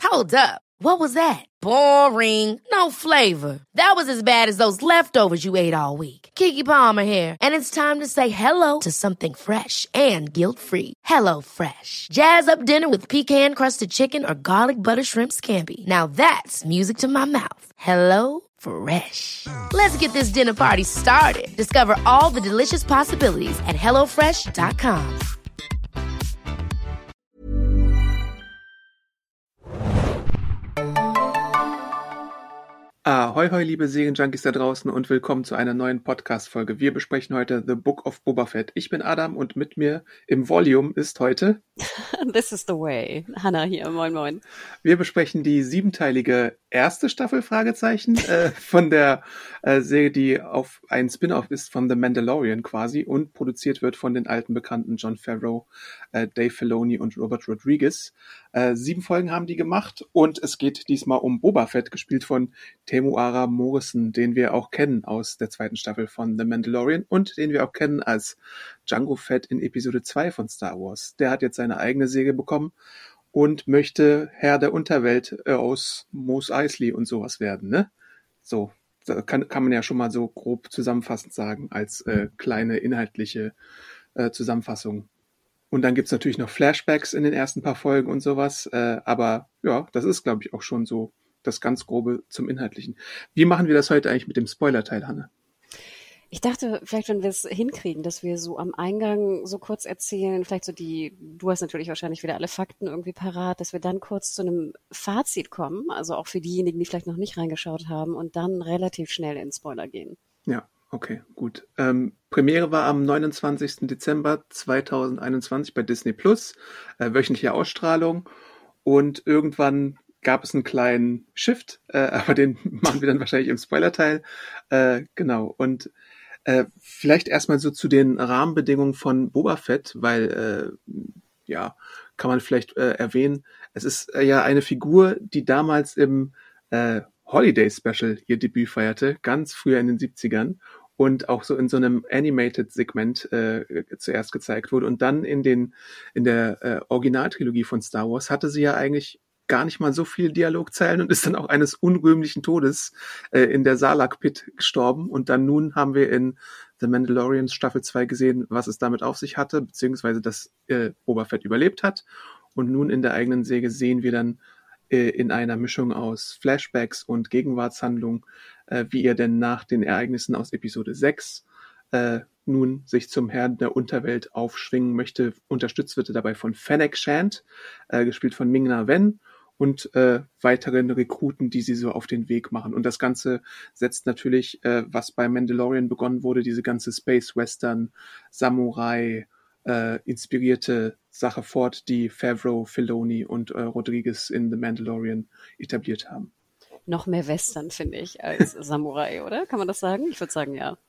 Hold up. What was that? Boring. No flavor. That was as bad as those leftovers you ate all week. Keke Palmer here. And it's time to say hello to something fresh and guilt-free. Hello Fresh. Jazz up dinner with pecan-crusted chicken or garlic butter shrimp scampi. Now that's music to my mouth. Hello Fresh. Let's get this dinner party started. Discover all the delicious possibilities at hellofresh.com. Hoi hoi, liebe Serienjunkies da draußen und willkommen zu einer neuen Podcast-Folge. Wir besprechen heute The Book of Boba Fett. Ich bin Adam und mit mir im Volume ist heute... This is the way. Hannah hier, moin moin. Wir besprechen die 7-teilige erste Staffel, Fragezeichen, von der Serie, die auf ein Spin-off ist von The Mandalorian quasi und produziert wird von den alten Bekannten Jon Favreau, Dave Filoni und Robert Rodriguez. 7 Folgen haben die gemacht und es geht diesmal um Boba Fett, gespielt von Temuera Morrison, den wir auch kennen aus der 2. Staffel von The Mandalorian und den wir auch kennen als Jango Fett in Episode 2 von Star Wars. Der hat jetzt seine eigene Serie bekommen und möchte Herr der Unterwelt aus Mos Eisley und sowas werden, ne? So, da kann man ja schon mal so grob zusammenfassend sagen, als kleine inhaltliche Zusammenfassung. Und dann gibt's natürlich noch Flashbacks in den ersten paar Folgen und sowas, aber ja, das ist, glaube ich, auch schon so das ganz Grobe zum Inhaltlichen. Wie machen wir das heute eigentlich mit dem Spoiler-Teil, Hanne? Ich dachte, vielleicht, wenn wir es hinkriegen, dass wir so am Eingang so kurz erzählen, vielleicht so du hast natürlich wahrscheinlich wieder alle Fakten irgendwie parat, dass wir dann kurz zu einem Fazit kommen, also auch für diejenigen, die vielleicht noch nicht reingeschaut haben und dann relativ schnell in Spoiler gehen. Ja, okay, gut. Premiere war am 29. Dezember 2021 bei Disney+, wöchentliche Ausstrahlung und irgendwann gab es einen kleinen Shift, aber den machen wir dann wahrscheinlich im Spoiler-Teil. Genau, und vielleicht erstmal so zu den Rahmenbedingungen von Boba Fett, weil, ja, kann man vielleicht erwähnen, es ist ja eine Figur, die damals im Holiday Special ihr Debüt feierte, ganz früher in den 70ern und auch so in so einem Animated-Segment zuerst gezeigt wurde und dann in der Originaltrilogie von Star Wars hatte sie ja eigentlich gar nicht mal so viele Dialogzeilen und ist dann auch eines unrühmlichen Todes in der Sarlacc Pit gestorben. Und dann nun haben wir in The Mandalorian Staffel 2 gesehen, was es damit auf sich hatte, beziehungsweise dass Boba Fett überlebt hat. Und nun in der eigenen Serie sehen wir dann in einer Mischung aus Flashbacks und Gegenwartshandlung, wie er denn nach den Ereignissen aus Episode 6 nun sich zum Herrn der Unterwelt aufschwingen möchte. Unterstützt wird er dabei von Fennec Shand, gespielt von Ming-Na Wen, und weiteren Rekruten, die sie so auf den Weg machen. Und das Ganze setzt natürlich, was bei Mandalorian begonnen wurde, diese ganze Space-Western, Samurai, inspirierte Sache fort, die Favreau, Filoni und Rodriguez in The Mandalorian etabliert haben. Noch mehr Western, finde ich, als Samurai, oder? Kann man das sagen? Ich würde sagen, ja.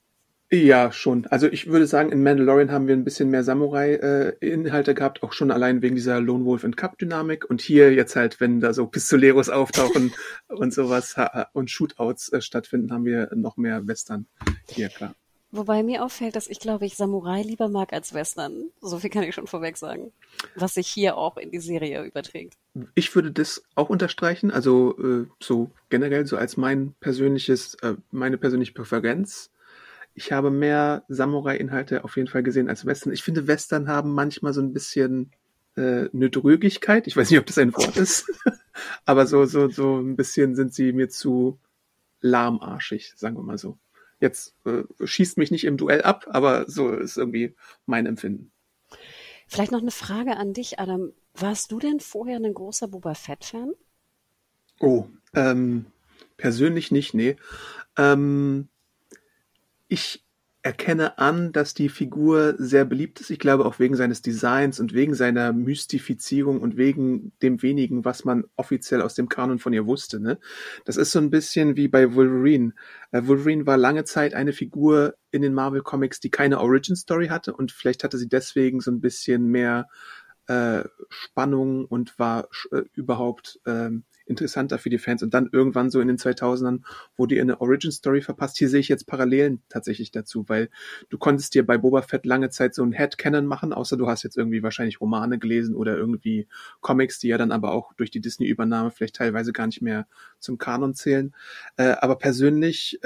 Ja, schon. Also ich würde sagen, in Mandalorian haben wir ein bisschen mehr Samurai-Inhalte gehabt, auch schon allein wegen dieser Lone Wolf and Cub-Dynamik. Und hier jetzt halt, wenn da so Pistoleros auftauchen und sowas und Shootouts stattfinden, haben wir noch mehr Western hier, klar. Wobei mir auffällt, dass ich, glaube ich, Samurai lieber mag als Western. So viel kann ich schon vorweg sagen. Was sich hier auch in die Serie überträgt. Ich würde das auch unterstreichen, also so generell so als meine persönliche Präferenz. Ich habe mehr Samurai-Inhalte auf jeden Fall gesehen als Western. Ich finde, Western haben manchmal so ein bisschen eine Drögigkeit. Ich weiß nicht, ob das ein Wort ist, aber so ein bisschen sind sie mir zu lahmarschig, sagen wir mal so. Jetzt schießt mich nicht im Duell ab, aber so ist irgendwie mein Empfinden. Vielleicht noch eine Frage an dich, Adam. Warst du denn vorher ein großer Boba Fett-Fan? Oh, persönlich nicht, nee. Ich erkenne an, dass die Figur sehr beliebt ist. Ich glaube auch wegen seines Designs und wegen seiner Mystifizierung und wegen dem wenigen, was man offiziell aus dem Kanon von ihr wusste. Ne? Das ist so ein bisschen wie bei Wolverine. Wolverine war lange Zeit eine Figur in den Marvel Comics, die keine Origin Story hatte und vielleicht hatte sie deswegen so ein bisschen mehr Spannung und war überhaupt interessanter für die Fans. Und dann irgendwann so in den 2000ern wurde ihr eine Origin-Story verpasst. Hier sehe ich jetzt Parallelen tatsächlich dazu, weil du konntest dir bei Boba Fett lange Zeit so ein Headcanon machen, außer du hast jetzt irgendwie wahrscheinlich Romane gelesen oder irgendwie Comics, die ja dann aber auch durch die Disney-Übernahme vielleicht teilweise gar nicht mehr zum Kanon zählen. Aber persönlich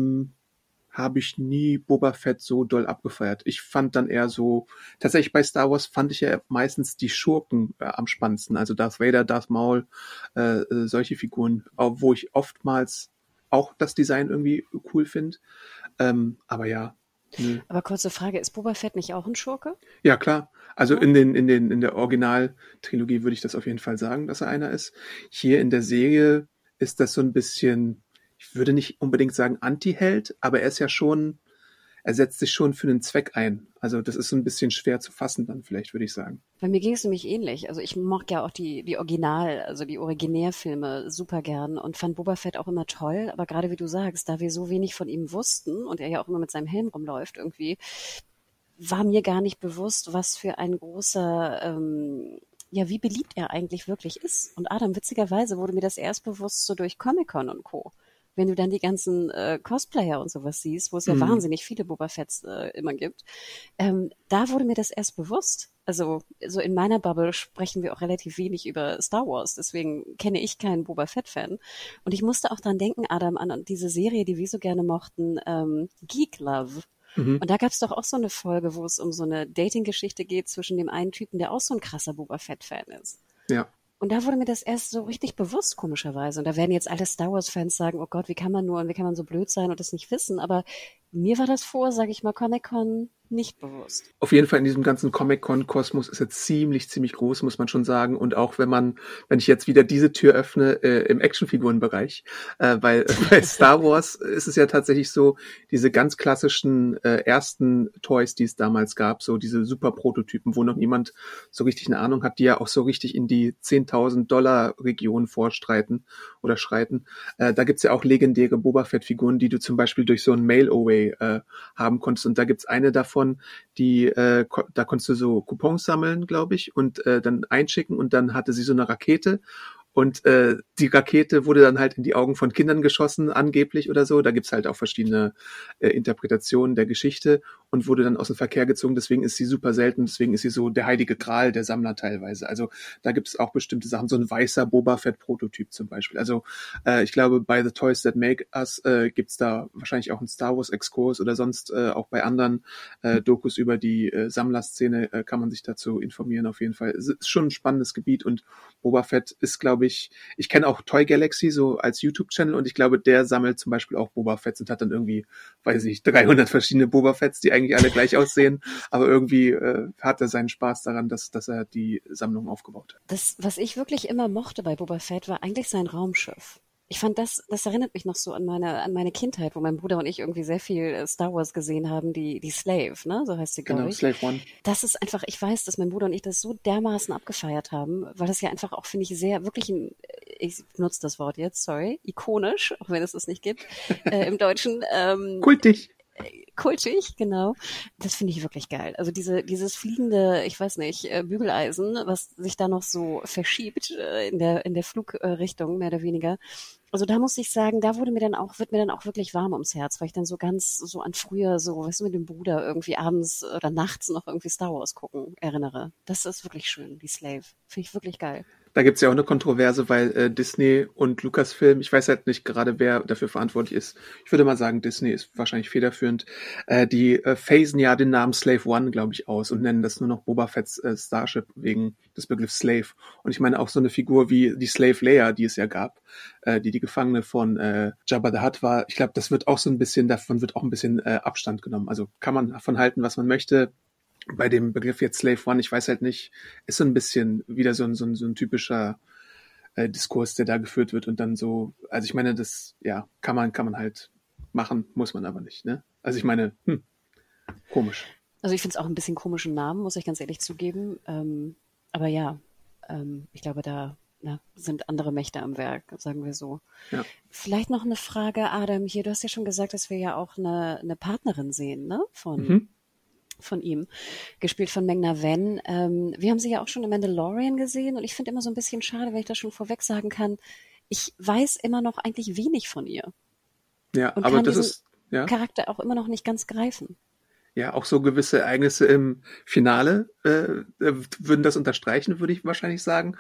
habe ich nie Boba Fett so doll abgefeiert. Ich fand dann eher so, tatsächlich bei Star Wars fand ich ja meistens die Schurken am spannendsten. Also Darth Vader, Darth Maul, solche Figuren, wo ich oftmals auch das Design irgendwie cool finde. Aber ja. Nö. Aber kurze Frage, ist Boba Fett nicht auch ein Schurke? Ja, klar. Also Ja. in der Originaltrilogie würde ich das auf jeden Fall sagen, dass er einer ist. Hier in der Serie ist das so ein bisschen, ich würde nicht unbedingt sagen Anti-Held, aber er setzt sich schon für einen Zweck ein. Also das ist so ein bisschen schwer zu fassen dann vielleicht, würde ich sagen. Bei mir ging es nämlich ähnlich. Also ich mag ja auch die also die Originärfilme super gern und fand Boba Fett auch immer toll. Aber gerade wie du sagst, da wir so wenig von ihm wussten und er ja auch immer mit seinem Helm rumläuft irgendwie, war mir gar nicht bewusst, was für ein großer, ja, wie beliebt er eigentlich wirklich ist. Und Adam, witzigerweise wurde mir das erst bewusst so durch Comic-Con und Co. Wenn du dann die ganzen Cosplayer und sowas siehst, wo es ja wahnsinnig viele Boba Fetts immer gibt, da wurde mir das erst bewusst. Also so in meiner Bubble sprechen wir auch relativ wenig über Star Wars, deswegen kenne ich keinen Boba Fett-Fan. Und ich musste auch dran denken, Adam, an diese Serie, die wir so gerne mochten, Geek Love. Und da gab es doch auch so eine Folge, wo es um so eine Dating-Geschichte geht zwischen dem einen Typen, der auch so ein krasser Boba Fett-Fan ist. Ja. Und da wurde mir das erst so richtig bewusst, komischerweise. Und da werden jetzt alle Star Wars-Fans sagen, oh Gott, wie kann man nur und wie kann man so blöd sein und das nicht wissen. Aber mir war das vor, sage ich mal, Comic-Con nicht bewusst. Auf jeden Fall in diesem ganzen Comic-Con-Kosmos ist er ziemlich groß, muss man schon sagen. Und auch wenn ich jetzt wieder diese Tür öffne, im Actionfigurenbereich, weil bei Star Wars ist es ja tatsächlich so, diese ganz klassischen ersten Toys, die es damals gab, so diese Super-Prototypen, wo noch niemand so richtig eine Ahnung hat, die ja auch so richtig in die $10.000-Region vorstreiten oder schreiten. Da gibt's ja auch legendäre Boba Fett-Figuren, die du zum Beispiel durch so ein Mail-Away haben konntest. Und da gibt's eine davon, die da konntest du so Coupons sammeln, glaube ich, und dann einschicken und dann hatte sie so eine Rakete. Und die Rakete wurde dann halt in die Augen von Kindern geschossen, angeblich oder so. Da gibt's halt auch verschiedene Interpretationen der Geschichte und wurde dann aus dem Verkehr gezogen. Deswegen ist sie super selten. Deswegen ist sie so der heilige Gral der Sammler teilweise. Also da gibt's auch bestimmte Sachen. So ein weißer Boba Fett-Prototyp zum Beispiel. Also ich glaube, bei The Toys That Make Us gibt's da wahrscheinlich auch einen Star Wars-Exkurs oder sonst auch bei anderen Dokus über die Sammlerszene kann man sich dazu informieren auf jeden Fall. Es ist schon ein spannendes Gebiet und Boba Fett ist, glaube ich kenne auch Toy Galaxy so als YouTube-Channel und ich glaube, der sammelt zum Beispiel auch Boba Fetts und hat dann irgendwie, weiß ich, 300 verschiedene Boba Fetts, die eigentlich alle gleich aussehen, aber irgendwie hat er seinen Spaß daran, dass er die Sammlung aufgebaut hat. Das, was ich wirklich immer mochte bei Boba Fett, war eigentlich sein Raumschiff. Ich fand das erinnert mich noch so an meine Kindheit, wo mein Bruder und ich irgendwie sehr viel Star Wars gesehen haben, die Slave, ne, so heißt sie, glaube ich. Genau, Slave One. Das ist einfach, ich weiß, dass mein Bruder und ich das so dermaßen abgefeiert haben, weil das ja einfach auch, finde ich, sehr, wirklich ich benutze das Wort jetzt, sorry, ikonisch, auch wenn es das nicht gibt, im Deutschen. Kultig. Kultig, genau. Das finde ich wirklich geil. Also dieses fliegende, ich weiß nicht, Bügeleisen, was sich da noch so verschiebt in der Flugrichtung, mehr oder weniger. Also da muss ich sagen, da wird mir dann auch wirklich warm ums Herz, weil ich dann so ganz so an früher so, weißt du, mit dem Bruder irgendwie abends oder nachts noch irgendwie Star Wars gucken erinnere. Das ist wirklich schön, die Slave. Finde ich wirklich geil. Da gibt's ja auch eine Kontroverse, weil Disney und Lucasfilm, ich weiß halt nicht gerade, wer dafür verantwortlich ist. Ich würde mal sagen, Disney ist wahrscheinlich federführend. Die phasen ja den Namen Slave One, glaube ich, aus und nennen das nur noch Boba Fett's Starship wegen des Begriffs Slave. Und ich meine auch so eine Figur wie die Slave Leia, die es ja gab, die Gefangene von Jabba the Hutt war. Ich glaube, das wird auch so ein bisschen, davon wird auch ein bisschen Abstand genommen. Also kann man davon halten, was man möchte. Bei dem Begriff jetzt Slave One, ich weiß halt nicht, ist so ein bisschen wieder so ein typischer Diskurs, der da geführt wird und dann so, also ich meine, das, ja, kann man halt machen, muss man aber nicht, ne? Also ich meine, komisch. Also ich finde es auch ein bisschen komischen Namen, muss ich ganz ehrlich zugeben. Aber ja, ich glaube, da sind andere Mächte am Werk, sagen wir so. Ja. Vielleicht noch eine Frage, Adam, hier, du hast ja schon gesagt, dass wir ja auch eine Partnerin sehen, ne? Von ihm, gespielt von Meng-Na Wen. Wir haben sie ja auch schon in Mandalorian gesehen und ich finde immer so ein bisschen schade, wenn ich das schon vorweg sagen kann, ich weiß immer noch eigentlich wenig von ihr Ja, und aber kann das diesen ist, ja. Charakter auch immer noch nicht ganz greifen. Ja, auch so gewisse Ereignisse im Finale würden das unterstreichen, würde ich wahrscheinlich sagen.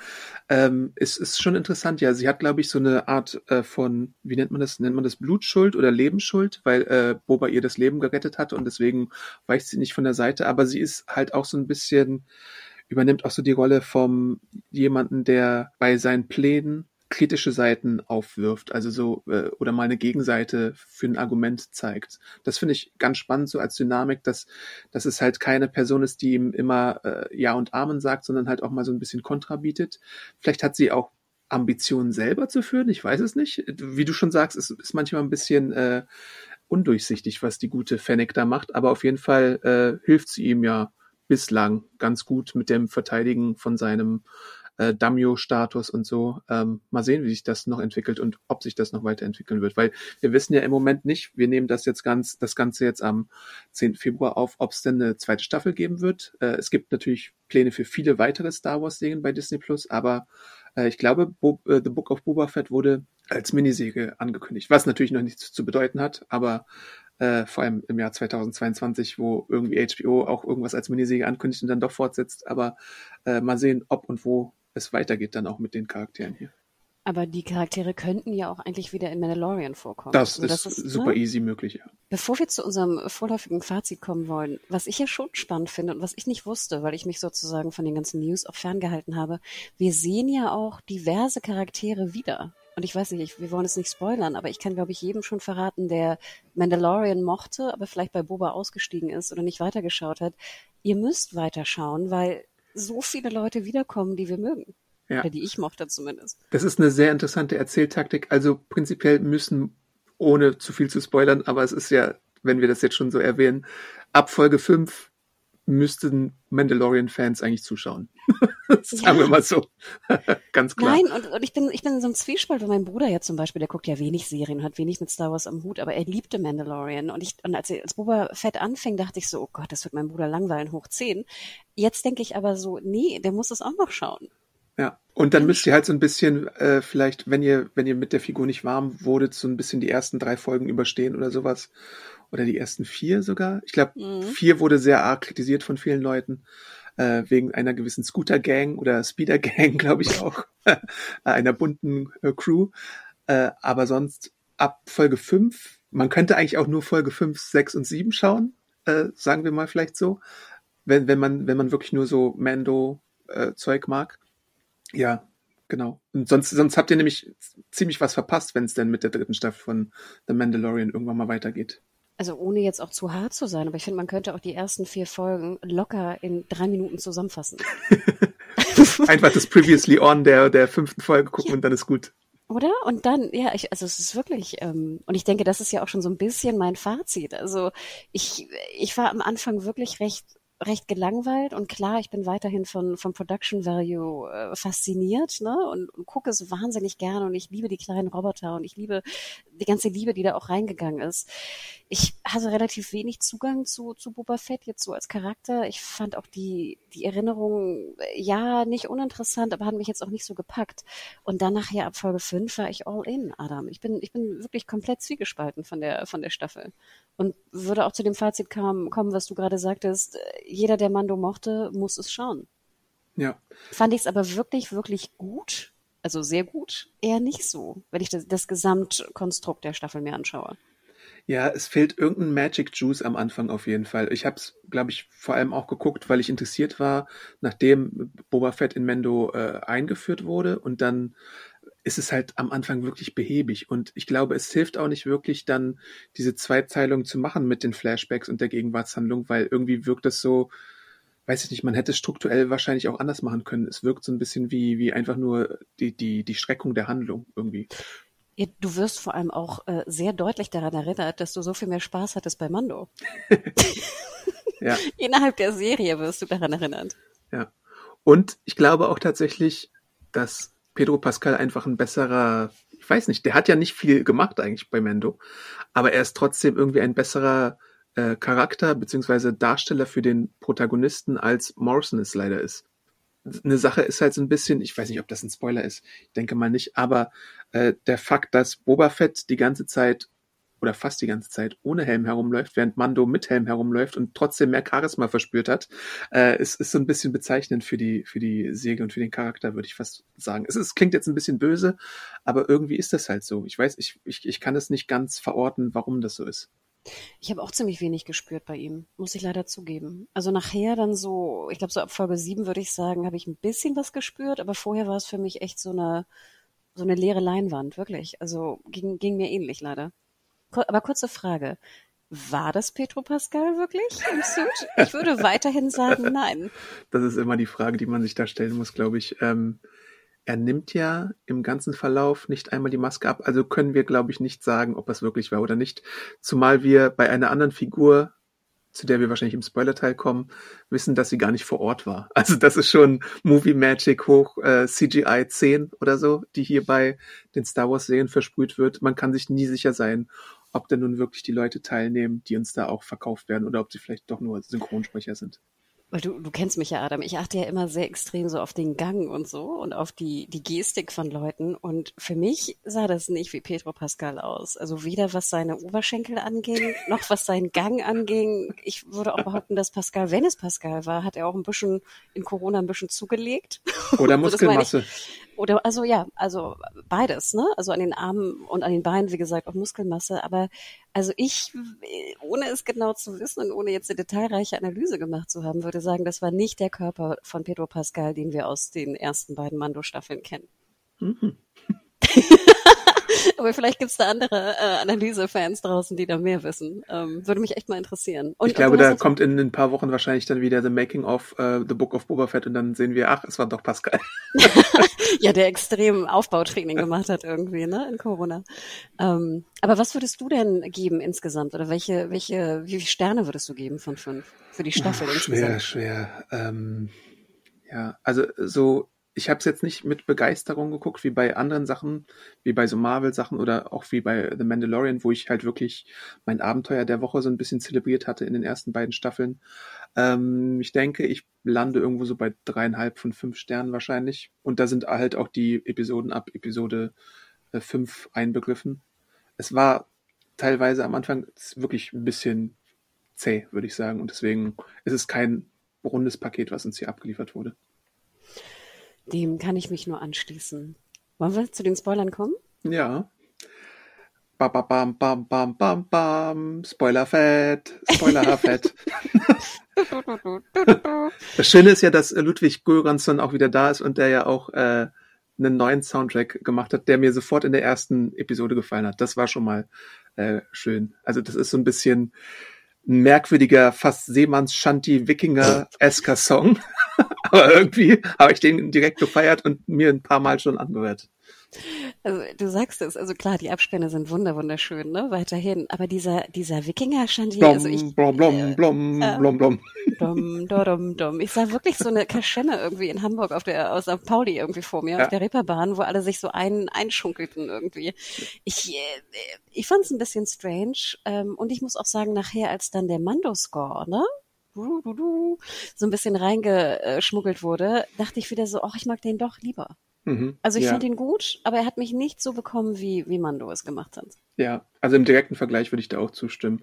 Es ist schon interessant, ja. Sie hat, glaube ich, so eine Art von, wie nennt man das? Nennt man das Blutschuld oder Lebensschuld? Weil Boba ihr das Leben gerettet hat und deswegen weicht sie nicht von der Seite. Aber sie ist halt auch so ein bisschen, übernimmt auch so die Rolle vom jemanden, der bei seinen Plänen kritische Seiten aufwirft, also so oder mal eine Gegenseite für ein Argument zeigt. Das finde ich ganz spannend so als Dynamik, dass es halt keine Person ist, die ihm immer Ja und Amen sagt, sondern halt auch mal so ein bisschen Kontra bietet. Vielleicht hat sie auch Ambitionen selber zu führen, ich weiß es nicht. Wie du schon sagst, es ist manchmal ein bisschen undurchsichtig, was die gute Fennec da macht, aber auf jeden Fall hilft sie ihm ja bislang ganz gut mit dem Verteidigen von seinem Daimyo-Status und so. Mal sehen, wie sich das noch entwickelt und ob sich das noch weiterentwickeln wird, weil wir wissen ja im Moment nicht, wir nehmen das Ganze jetzt am 10. Februar auf, ob es denn eine zweite Staffel geben wird. Es gibt natürlich Pläne für viele weitere Star Wars-Serien bei Disney+, aber ich glaube, The Book of Boba Fett wurde als Miniserie angekündigt, was natürlich noch nichts zu bedeuten hat, aber vor allem im Jahr 2022, wo irgendwie HBO auch irgendwas als Miniserie ankündigt und dann doch fortsetzt, aber mal sehen, ob und wo es weitergeht dann auch mit den Charakteren hier. Aber die Charaktere könnten ja auch eigentlich wieder in Mandalorian vorkommen. Das ist super easy möglich, ja. Bevor wir zu unserem vorläufigen Fazit kommen wollen, was ich ja schon spannend finde und was ich nicht wusste, weil ich mich sozusagen von den ganzen News auch ferngehalten habe, wir sehen ja auch diverse Charaktere wieder. Und ich weiß nicht, wir wollen es nicht spoilern, aber ich kann, glaube ich, jedem schon verraten, der Mandalorian mochte, aber vielleicht bei Boba ausgestiegen ist oder nicht weitergeschaut hat. Ihr müsst weiterschauen, weil so viele Leute wiederkommen, die wir mögen. Ja. Oder die ich mochte zumindest. Das ist eine sehr interessante Erzähltaktik. Also prinzipiell müssen, ohne zu viel zu spoilern, aber es ist ja, wenn wir das jetzt schon so erwähnen, ab Folge 5 müssten Mandalorian-Fans eigentlich zuschauen. Sagen wir mal so. Ganz klar. Nein, und ich bin in so einem Zwiespalt, weil mein Bruder ja zum Beispiel, der guckt ja wenig Serien, hat wenig mit Star Wars am Hut, aber er liebte Mandalorian. Und als Boba Fett anfing, dachte ich so, oh Gott, das wird mein Bruder langweilen, hoch 10. Jetzt denke ich aber so, nee, der muss es auch noch schauen. Ja, und dann müsst ihr halt so ein bisschen, vielleicht, wenn ihr mit der Figur nicht warm wurdet, so ein bisschen die ersten 3 Folgen überstehen oder sowas. Oder die ersten 4 sogar. Ich glaube, 4 wurde sehr arg kritisiert von vielen Leuten, wegen einer gewissen Scooter-Gang oder Speeder-Gang, glaube ich auch. Einer bunten Crew. Aber sonst ab Folge 5, man könnte eigentlich auch nur Folge 5, 6 und 7 schauen, sagen wir mal vielleicht so. Wenn man wirklich nur so Mando-Zeug mag. Ja, genau. Und sonst habt ihr nämlich ziemlich was verpasst, wenn es denn mit der 3. Staffel von The Mandalorian irgendwann mal weitergeht. Also ohne jetzt auch zu hart zu sein, aber ich finde, man könnte auch die ersten 4 Folgen locker in 3 Minuten zusammenfassen. Einfach das Previously On der 5. Folge gucken und dann ist gut. Oder? Und dann, ja, also es ist wirklich, und ich denke, das ist ja auch schon so ein bisschen mein Fazit. Also ich war am Anfang wirklich recht gelangweilt und klar, ich bin weiterhin vom Production Value fasziniert, ne, und gucke es wahnsinnig gerne und ich liebe die kleinen Roboter und ich liebe die ganze Liebe, die da auch reingegangen ist. Ich hatte relativ wenig Zugang zu Boba Fett jetzt so als Charakter. Ich fand auch die Erinnerungen, ja, nicht uninteressant, aber haben mich jetzt auch nicht so gepackt. Und dann nachher ab Folge 5 war ich all in, Adam. Ich bin wirklich komplett zwiegespalten von der Staffel. Und würde auch zu dem Fazit kommen, was du gerade sagtest, jeder, der Mando mochte, muss es schauen. Ja. Fand ich es aber wirklich, wirklich gut, also sehr gut, eher nicht so, wenn ich das Gesamtkonstrukt der Staffel mir anschaue. Ja, es fehlt irgendein Magic Juice am Anfang auf jeden Fall. Ich habe es, glaube ich, vor allem auch geguckt, weil ich interessiert war, nachdem Boba Fett in Mando eingeführt wurde und dann ist es halt am Anfang wirklich behäbig und ich glaube, es hilft auch nicht wirklich dann diese Zweiteilung zu machen mit den Flashbacks und der Gegenwartshandlung, weil irgendwie wirkt es so, weiß ich nicht, man hätte es strukturell wahrscheinlich auch anders machen können. Es wirkt so ein bisschen wie einfach nur die Streckung der Handlung irgendwie. Ja, du wirst vor allem auch sehr deutlich daran erinnert, dass du so viel mehr Spaß hattest bei Mando. Ja. Innerhalb der Serie wirst du daran erinnert. Ja. Und ich glaube auch tatsächlich, dass Pedro Pascal einfach ein besserer, ich weiß nicht, der hat ja nicht viel gemacht eigentlich bei Mando, aber er ist trotzdem irgendwie ein besserer Charakter beziehungsweise Darsteller für den Protagonisten, als Morrison es leider ist. eine Sache ist halt so ein bisschen, ich weiß nicht, ob das ein Spoiler ist, ich denke mal nicht, aber der Fakt, dass Boba Fett die ganze Zeit oder fast die ganze Zeit ohne Helm herumläuft, während Mando mit Helm herumläuft und trotzdem mehr Charisma verspürt hat, ist so ein bisschen bezeichnend für die Serie und für den Charakter, würde ich fast sagen. Es klingt jetzt ein bisschen böse, aber irgendwie ist das halt so. Ich weiß, ich kann es nicht ganz verorten, warum das so ist. Ich habe auch ziemlich wenig gespürt bei ihm, muss ich leider zugeben. Also nachher dann so, ich glaube so ab Folge 7 würde ich sagen, habe ich ein bisschen was gespürt, aber vorher war es für mich echt so eine leere Leinwand, wirklich. Also ging mir ähnlich leider. Aber kurze Frage. War das Pedro Pascal wirklich im Suit? Ich würde weiterhin sagen, nein. Das ist immer die Frage, die man sich da stellen muss, glaube ich. Er nimmt ja im ganzen Verlauf nicht einmal die Maske ab, also können wir, glaube ich, nicht sagen, ob es wirklich war oder nicht. Zumal wir bei einer anderen Figur, zu der wir wahrscheinlich im Spoiler-Teil kommen, wissen, dass sie gar nicht vor Ort war. Also das ist schon Movie Magic hoch CGI 10 oder so, die hier bei den Star Wars-Serien versprüht wird. Man kann sich nie sicher sein, ob denn nun wirklich die Leute teilnehmen, die uns da auch verkauft werden oder ob sie vielleicht doch nur Synchronsprecher sind. Weil du kennst mich ja, Adam. Ich achte ja immer sehr extrem so auf den Gang und so und auf die Gestik von Leuten. Und für mich sah das nicht wie Pedro Pascal aus. Also weder was seine Oberschenkel anging, noch was seinen Gang anging. Ich würde auch behaupten, dass Pascal, wenn es Pascal war, hat er auch in Corona ein bisschen zugelegt. Oder Muskelmasse. Oder, also beides, ne? Also an den Armen und an den Beinen, wie gesagt, auch Muskelmasse. Aber also ich, ohne es genau zu wissen und ohne jetzt eine detailreiche Analyse gemacht zu haben, würde sagen, das war nicht der Körper von Pedro Pascal, den wir aus den ersten beiden Mando-Staffeln kennen. Mhm. Aber vielleicht gibt's da andere Analyse-Fans draußen, die da mehr wissen. Würde mich echt mal interessieren. Und ich glaube, da kommt in ein paar Wochen wahrscheinlich dann wieder The Making of The Book of Boba Fett und dann sehen wir, es war doch Pascal. Ja, der extrem Aufbautraining gemacht hat irgendwie, ne, in Corona. Aber was würdest du denn geben insgesamt? Oder wie viele Sterne würdest du geben von 5 für die Staffel insgesamt? Schwer. Ja, also so, ich habe es jetzt nicht mit Begeisterung geguckt, wie bei anderen Sachen, wie bei so Marvel-Sachen oder auch wie bei The Mandalorian, wo ich halt wirklich mein Abenteuer der Woche so ein bisschen zelebriert hatte in den ersten beiden Staffeln. Ich denke, ich lande irgendwo so bei 3,5 von 5 Sternen wahrscheinlich. Und da sind halt auch die Episoden ab Episode 5 einbegriffen. Es war teilweise am Anfang wirklich ein bisschen zäh, würde ich sagen. Und deswegen ist es kein rundes Paket, was uns hier abgeliefert wurde. Dem kann ich mich nur anschließen. Wollen wir zu den Spoilern kommen? Ja. Bam, bam, bam, bam, bam, bam. Spoilerfett. Spoilerfett. Das Schöne ist ja, dass Ludwig Göransson auch wieder da ist und der ja auch einen neuen Soundtrack gemacht hat, der mir sofort in der ersten Episode gefallen hat. Das war schon mal schön. Also das ist so ein bisschen ein merkwürdiger, fast Seemanns-Shanty-Wikinger-esker Song. Aber irgendwie habe ich den direkt gefeiert und mir ein paar Mal schon angehört. Also du sagst es, also klar, die Abspänne sind wunderschön, ne, weiterhin. Aber dieser Wikinger-Shanty, also ich... Blom, blom, blom, blom, blom. Dom. Ich sah wirklich so eine Kaschemme irgendwie in Hamburg aus St. Pauli irgendwie vor mir, auf der Reeperbahn, wo alle sich so einschunkelten irgendwie. Ich fand es ein bisschen strange. Und ich muss auch sagen, nachher, als dann der Mando-Score, ne, so ein bisschen reingeschmuggelt wurde, dachte ich wieder so, ich mag den doch lieber. Also ich fand ihn gut, aber er hat mich nicht so bekommen, wie Mando es gemacht hat. Ja, also im direkten Vergleich würde ich da auch zustimmen.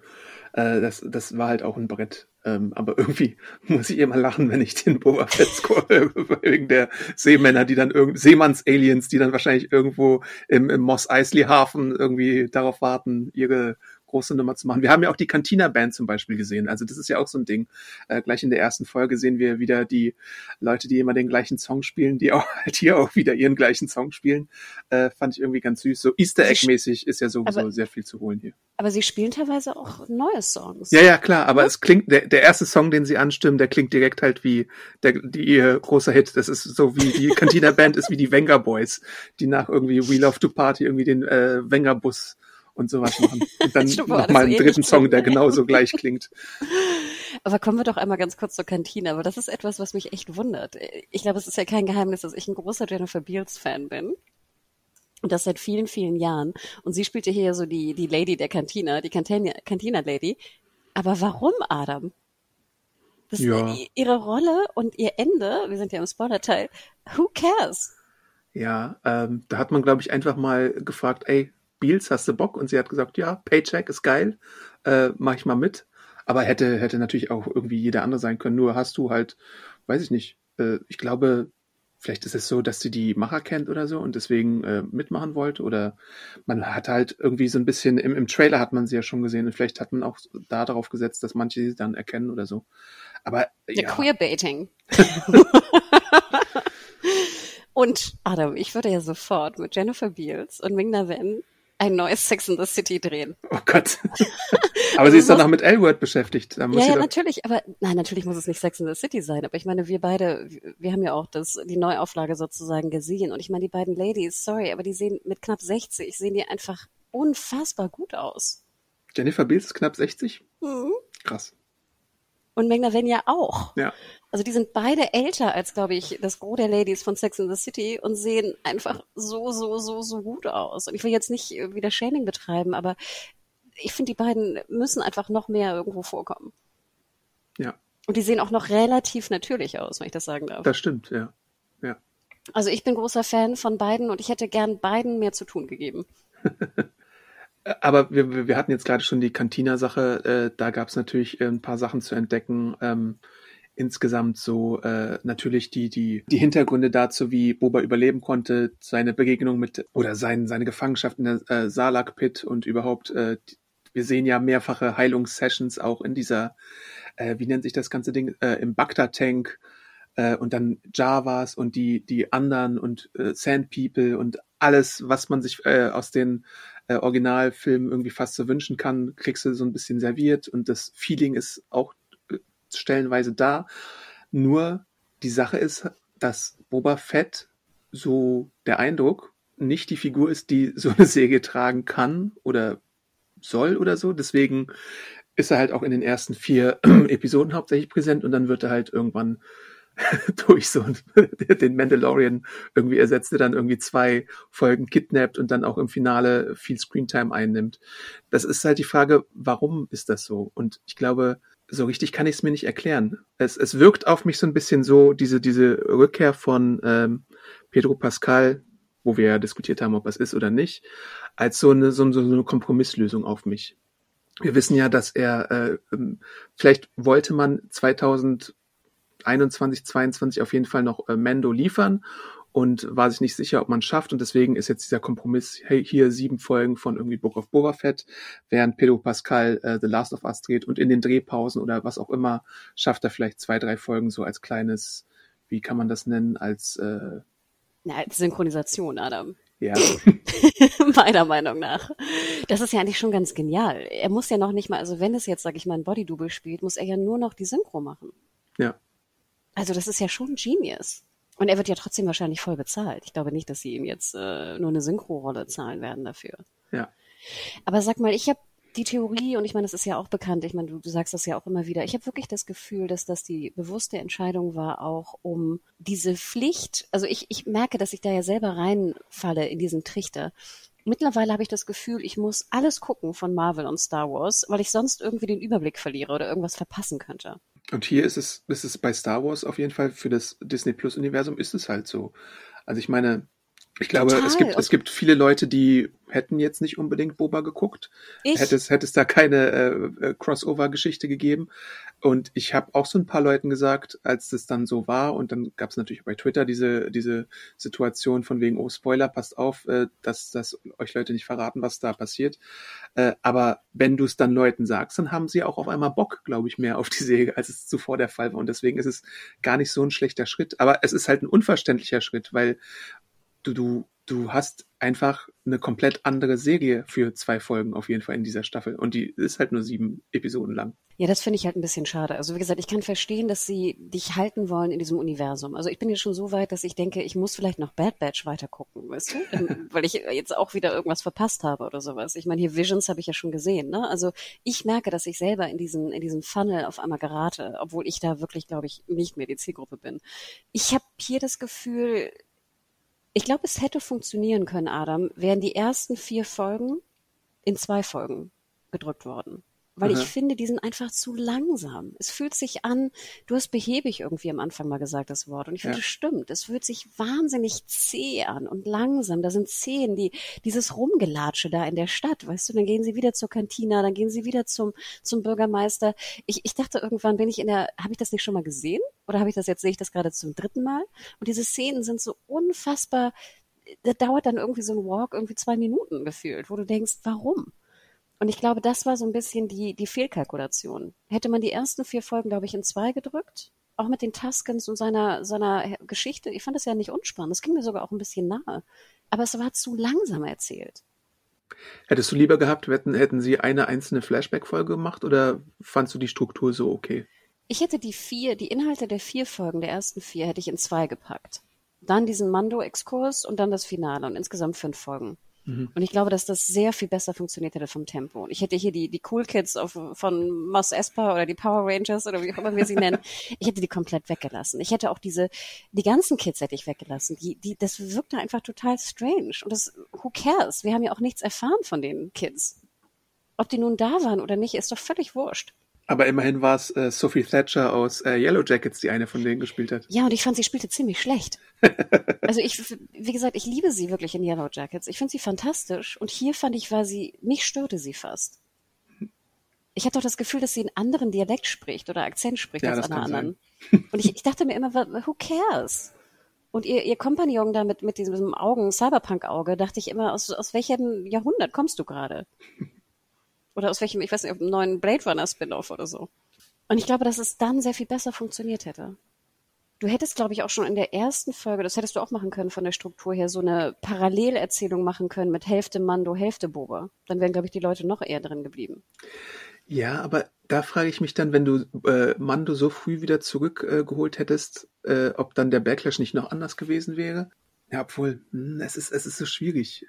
Das war halt auch ein Brett. Aber irgendwie muss ich immer lachen, wenn ich den Boba Fett score, wegen der Seemänner, die dann Seemanns-Aliens, die dann wahrscheinlich irgendwo im Mos Eisley Hafen irgendwie darauf warten, ihre große Nummer zu machen. Wir haben ja auch die Cantina-Band zum Beispiel gesehen. Also das ist ja auch so ein Ding. Gleich in der ersten Folge sehen wir wieder die Leute, die immer den gleichen Song spielen, die auch halt hier auch wieder ihren gleichen Song spielen. Fand ich irgendwie ganz süß. So Easter Egg-mäßig ist ja sowieso sehr viel zu holen hier. Aber sie spielen teilweise auch neue Songs. Ja, klar. Aber es klingt, der erste Song, den sie anstimmen, der klingt direkt halt wie ihr großer Hit. Das ist so wie die Cantina-Band ist wie die Venga Boys, die nach irgendwie We Love to Party irgendwie den Venga-Bus und sowas machen. Und dann nochmal einen dritten Song, der genauso gleich klingt. Aber kommen wir doch einmal ganz kurz zur Kantine. Aber das ist etwas, was mich echt wundert. Ich glaube, es ist ja kein Geheimnis, dass ich ein großer Jennifer Beals-Fan bin. Und das seit vielen, vielen Jahren. Und sie spielte hier so die Lady der Cantina, die Cantina-Lady. Aber warum, Adam? Ja. Ihre Rolle und ihr Ende, wir sind ja im Spoiler-Teil, who cares? Ja, da hat man, glaube ich, einfach mal gefragt, ey, Beals, hast du Bock? Und sie hat gesagt, ja, Paycheck ist geil, mach ich mal mit. Aber hätte natürlich auch irgendwie jeder andere sein können. Nur hast du halt, weiß ich nicht, ich glaube, vielleicht ist es so, dass sie die Macher kennt oder so und deswegen mitmachen wollte. Oder man hat halt irgendwie so ein bisschen, im Trailer hat man sie ja schon gesehen und vielleicht hat man auch da darauf gesetzt, dass manche sie dann erkennen oder so. Aber Ja, ja, Queerbaiting. Und Adam, ich würde ja sofort mit Jennifer Beals und Ming-Na Wen ein neues Sex in the City drehen. oh Gott. Aber Also sie ist dann muss- noch mit L-Word beschäftigt. Da muss Ja, sie ja, doch, natürlich, aber nein, natürlich muss es nicht Sex in the City sein, aber ich meine, wir beide, wir haben ja auch die Neuauflage sozusagen gesehen und ich meine, die beiden Ladies, sorry, aber die sehen mit knapp 60, sehen die einfach unfassbar gut aus. Jennifer Beals ist knapp 60? Mhm. Krass. Und Meng-Na Wen ja auch. Ja. Also die sind beide älter als, glaube ich, das Gros der Ladies von Sex in the City und sehen einfach so gut aus. Und ich will jetzt nicht wieder Shaming betreiben, aber ich finde, die beiden müssen einfach noch mehr irgendwo vorkommen. Ja, Und die sehen auch noch relativ natürlich aus, wenn ich das sagen darf. das stimmt, ja. Ja. Also ich bin großer Fan von beiden und ich hätte gern beiden mehr zu tun gegeben. Aber wir hatten jetzt gerade schon die Cantina-Sache, da gab es natürlich ein paar Sachen zu entdecken. Insgesamt so natürlich die Hintergründe dazu, wie Boba überleben konnte, seine Begegnung mit oder seine Gefangenschaft in der Sarlacc-Pit und überhaupt, wir sehen ja mehrfache Heilungssessions auch in dieser, wie nennt sich das ganze Ding, im Bacta-Tank und dann Javas und die anderen und Sand People und alles, was man sich aus den Originalfilmen irgendwie fast so wünschen kann, kriegst du so ein bisschen serviert und das Feeling ist auch stellenweise da. Nur die Sache ist, dass Boba Fett, so der Eindruck, nicht die Figur ist, die so eine Säge tragen kann oder soll oder so. Deswegen ist er halt auch in den ersten 4 Episoden hauptsächlich präsent und dann wird er halt irgendwann durch so den Mandalorian irgendwie ersetzt, der dann irgendwie 2 Folgen kidnappt und dann auch im Finale viel Screentime einnimmt. Das ist halt die Frage, warum ist das so? Und ich glaube, so richtig kann ich es mir nicht erklären. Es wirkt auf mich so ein bisschen so, diese Rückkehr von Pedro Pascal, wo wir ja diskutiert haben, ob es ist oder nicht, als so eine Kompromisslösung auf mich. Wir wissen ja, dass er, vielleicht wollte man 2021, 22 auf jeden Fall noch Mando liefern und war sich nicht sicher, ob man es schafft. Und deswegen ist jetzt dieser Kompromiss, hey, hier 7 Folgen von irgendwie Book of Boba Fett, während Pedro Pascal The Last of Us dreht und in den Drehpausen oder was auch immer, schafft er vielleicht 2, 3 Folgen so als kleines, wie kann man das nennen, als Als Synchronisation, Adam. ja. Meiner Meinung nach. Das ist ja eigentlich schon ganz genial. Er muss ja noch nicht mal, also wenn es jetzt, sag ich mal, ein Bodydouble spielt, muss er ja nur noch die Synchro machen. Ja. Also das ist ja schon Genius. Und er wird ja trotzdem wahrscheinlich voll bezahlt. Ich glaube nicht, dass sie ihm jetzt nur eine Synchro-Rolle zahlen werden dafür. Ja. Aber sag mal, ich habe die Theorie, und ich meine, das ist ja auch bekannt, ich meine, du sagst das ja auch immer wieder, ich habe wirklich das Gefühl, dass das die bewusste Entscheidung war, auch um diese Pflicht, also ich merke, dass ich da ja selber reinfalle in diesen Trichter. Mittlerweile habe ich das Gefühl, ich muss alles gucken von Marvel und Star Wars, weil ich sonst irgendwie den Überblick verliere oder irgendwas verpassen könnte. Und hier ist es bei Star Wars auf jeden Fall für das Disney Plus Universum ist es halt so. Also ich meine, ich glaube, Total. es gibt viele Leute, die hätten jetzt nicht unbedingt Boba geguckt. Ich? Hätte es da keine Crossover-Geschichte gegeben. Und ich habe auch so ein paar Leuten gesagt, als das dann so war, und dann gab es natürlich bei Twitter diese Situation von wegen, oh Spoiler, passt auf, dass euch Leute nicht verraten, was da passiert. Aber wenn du es dann Leuten sagst, dann haben sie auch auf einmal Bock, glaube ich, mehr auf die Serie, als es zuvor der Fall war. Und deswegen ist es gar nicht so ein schlechter Schritt. Aber es ist halt ein unverständlicher Schritt, weil du hast einfach eine komplett andere Serie für 2 Folgen auf jeden Fall in dieser Staffel. Und die ist halt nur 7 Episoden lang. Ja, das finde ich halt ein bisschen schade. Also wie gesagt, ich kann verstehen, dass sie dich halten wollen in diesem Universum. Also ich bin jetzt schon so weit, dass ich denke, ich muss vielleicht noch Bad Batch weiter gucken, weißt du? Weil ich jetzt auch wieder irgendwas verpasst habe oder sowas. Ich meine, hier Visions habe ich ja schon gesehen, ne? Also ich merke, dass ich selber in diesen Funnel auf einmal gerate, obwohl ich da wirklich, glaube ich, nicht mehr die Zielgruppe bin. Ich habe hier das Gefühl, ich glaube, es hätte funktionieren können, Adam, wären die ersten 4 Folgen in 2 Folgen gedrückt worden. Weil ich finde, die sind einfach zu langsam. Es fühlt sich an, du hast behäbig irgendwie am Anfang mal gesagt, das Wort. Und ich finde, das stimmt. Es fühlt sich wahnsinnig zäh an und langsam. Da sind Szenen, dieses Rumgelatsche da in der Stadt, weißt du, dann gehen sie wieder zur Kantina, dann gehen sie wieder zum Bürgermeister. Ich dachte irgendwann, habe ich das nicht schon mal gesehen? Oder sehe ich das gerade zum 3. Mal? Und diese Szenen sind so unfassbar, da dauert dann irgendwie so ein Walk irgendwie 2 Minuten gefühlt, wo du denkst, warum? Und ich glaube, das war so ein bisschen die Fehlkalkulation. Hätte man die ersten 4 Folgen, glaube ich, in 2 gedrückt, auch mit den Tuskens und seiner Geschichte, ich fand das ja nicht unspannend, das ging mir sogar auch ein bisschen nahe. Aber es war zu langsam erzählt. Hättest du lieber gehabt, hätten sie eine einzelne Flashback-Folge gemacht oder fandst du die Struktur so okay? Ich hätte die Inhalte der 4 Folgen, der ersten 4, hätte ich in 2 gepackt. Dann diesen Mando-Exkurs und dann das Finale und insgesamt 5 Folgen. Und ich glaube, dass das sehr viel besser funktioniert hätte vom Tempo. Und ich hätte hier die Cool Kids von Mos Espa oder die Power Rangers oder wie auch immer wir sie nennen, ich hätte die komplett weggelassen. Ich hätte auch die ganzen Kids hätte ich weggelassen. Das wirkte einfach total strange. Und who cares? Wir haben ja auch nichts erfahren von den Kids. Ob die nun da waren oder nicht, ist doch völlig wurscht. Aber immerhin war es Sophie Thatcher aus Yellow Jackets, die eine von denen gespielt hat. Ja, und ich fand, sie spielte ziemlich schlecht. Also wie gesagt, ich liebe sie wirklich in Yellow Jackets. Ich finde sie fantastisch. Und hier fand ich, mich störte sie fast. Ich habe doch das Gefühl, dass sie einen anderen Dialekt spricht oder Akzent spricht als alle anderen. Und ich dachte mir immer, who cares? Und ihr Kompagnon da mit diesem Cyberpunk-Auge, dachte ich immer, aus welchem Jahrhundert kommst du gerade? Oder aus welchem, ich weiß nicht, einem neuen Blade Runner Spin-off oder so. Und ich glaube, dass es dann sehr viel besser funktioniert hätte. Du hättest, glaube ich, auch schon in der ersten Folge, das hättest du auch machen können von der Struktur her, so eine Parallelerzählung machen können mit Hälfte Mando, Hälfte Boba. Dann wären, glaube ich, die Leute noch eher drin geblieben. Ja, aber da frage ich mich dann, wenn du Mando so früh wieder zurückgeholt hättest, ob dann der Backlash nicht noch anders gewesen wäre. Ja, obwohl, es ist so schwierig.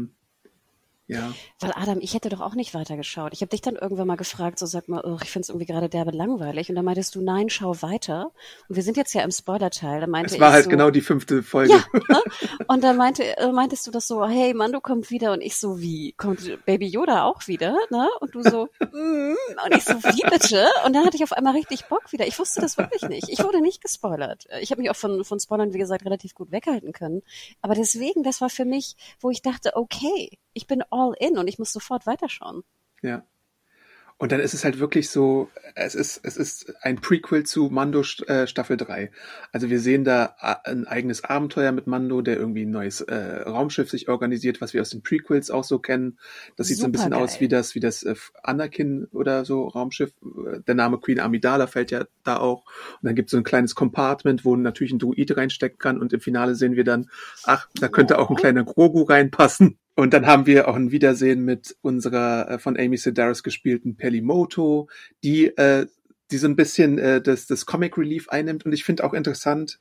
Ja. Weil Adam, ich hätte doch auch nicht weitergeschaut. Ich habe dich dann irgendwann mal gefragt, so sag mal, ich finde es irgendwie gerade derbe langweilig. Und dann meintest du, nein, schau weiter. Und wir sind jetzt ja im Spoiler-Teil. Da meinte es war ich halt so, genau die 5. Folge. Ja, ne? Und dann meintest du das so, hey, Mando kommt wieder. Und ich so, wie? Kommt Baby Yoda auch wieder? Ne? Und du so, Und ich so, wie bitte? Und dann hatte ich auf einmal richtig Bock wieder. Ich wusste das wirklich nicht. Ich wurde nicht gespoilert. Ich habe mich auch von Spoilern, wie gesagt, relativ gut weghalten können. Aber deswegen, das war für mich, wo ich dachte, okay, ich bin all in und ich muss sofort weiterschauen. Ja. Und dann ist es halt wirklich so, es ist ein Prequel zu Mando Staffel 3. Also wir sehen da ein eigenes Abenteuer mit Mando, der irgendwie ein neues Raumschiff sich organisiert, was wir aus den Prequels auch so kennen. Das sieht so ein bisschen aus wie das Anakin oder so Raumschiff. Der Name Queen Amidala fällt ja da auch. Und dann gibt es so ein kleines Compartment, wo natürlich ein Druid reinstecken kann. Und im Finale sehen wir dann, da könnte auch ein kleiner Grogu reinpassen. Und dann haben wir auch ein Wiedersehen mit unserer von Amy Sedaris gespielten Pelimoto, die so ein bisschen das Comic Relief einnimmt. Und ich finde auch interessant,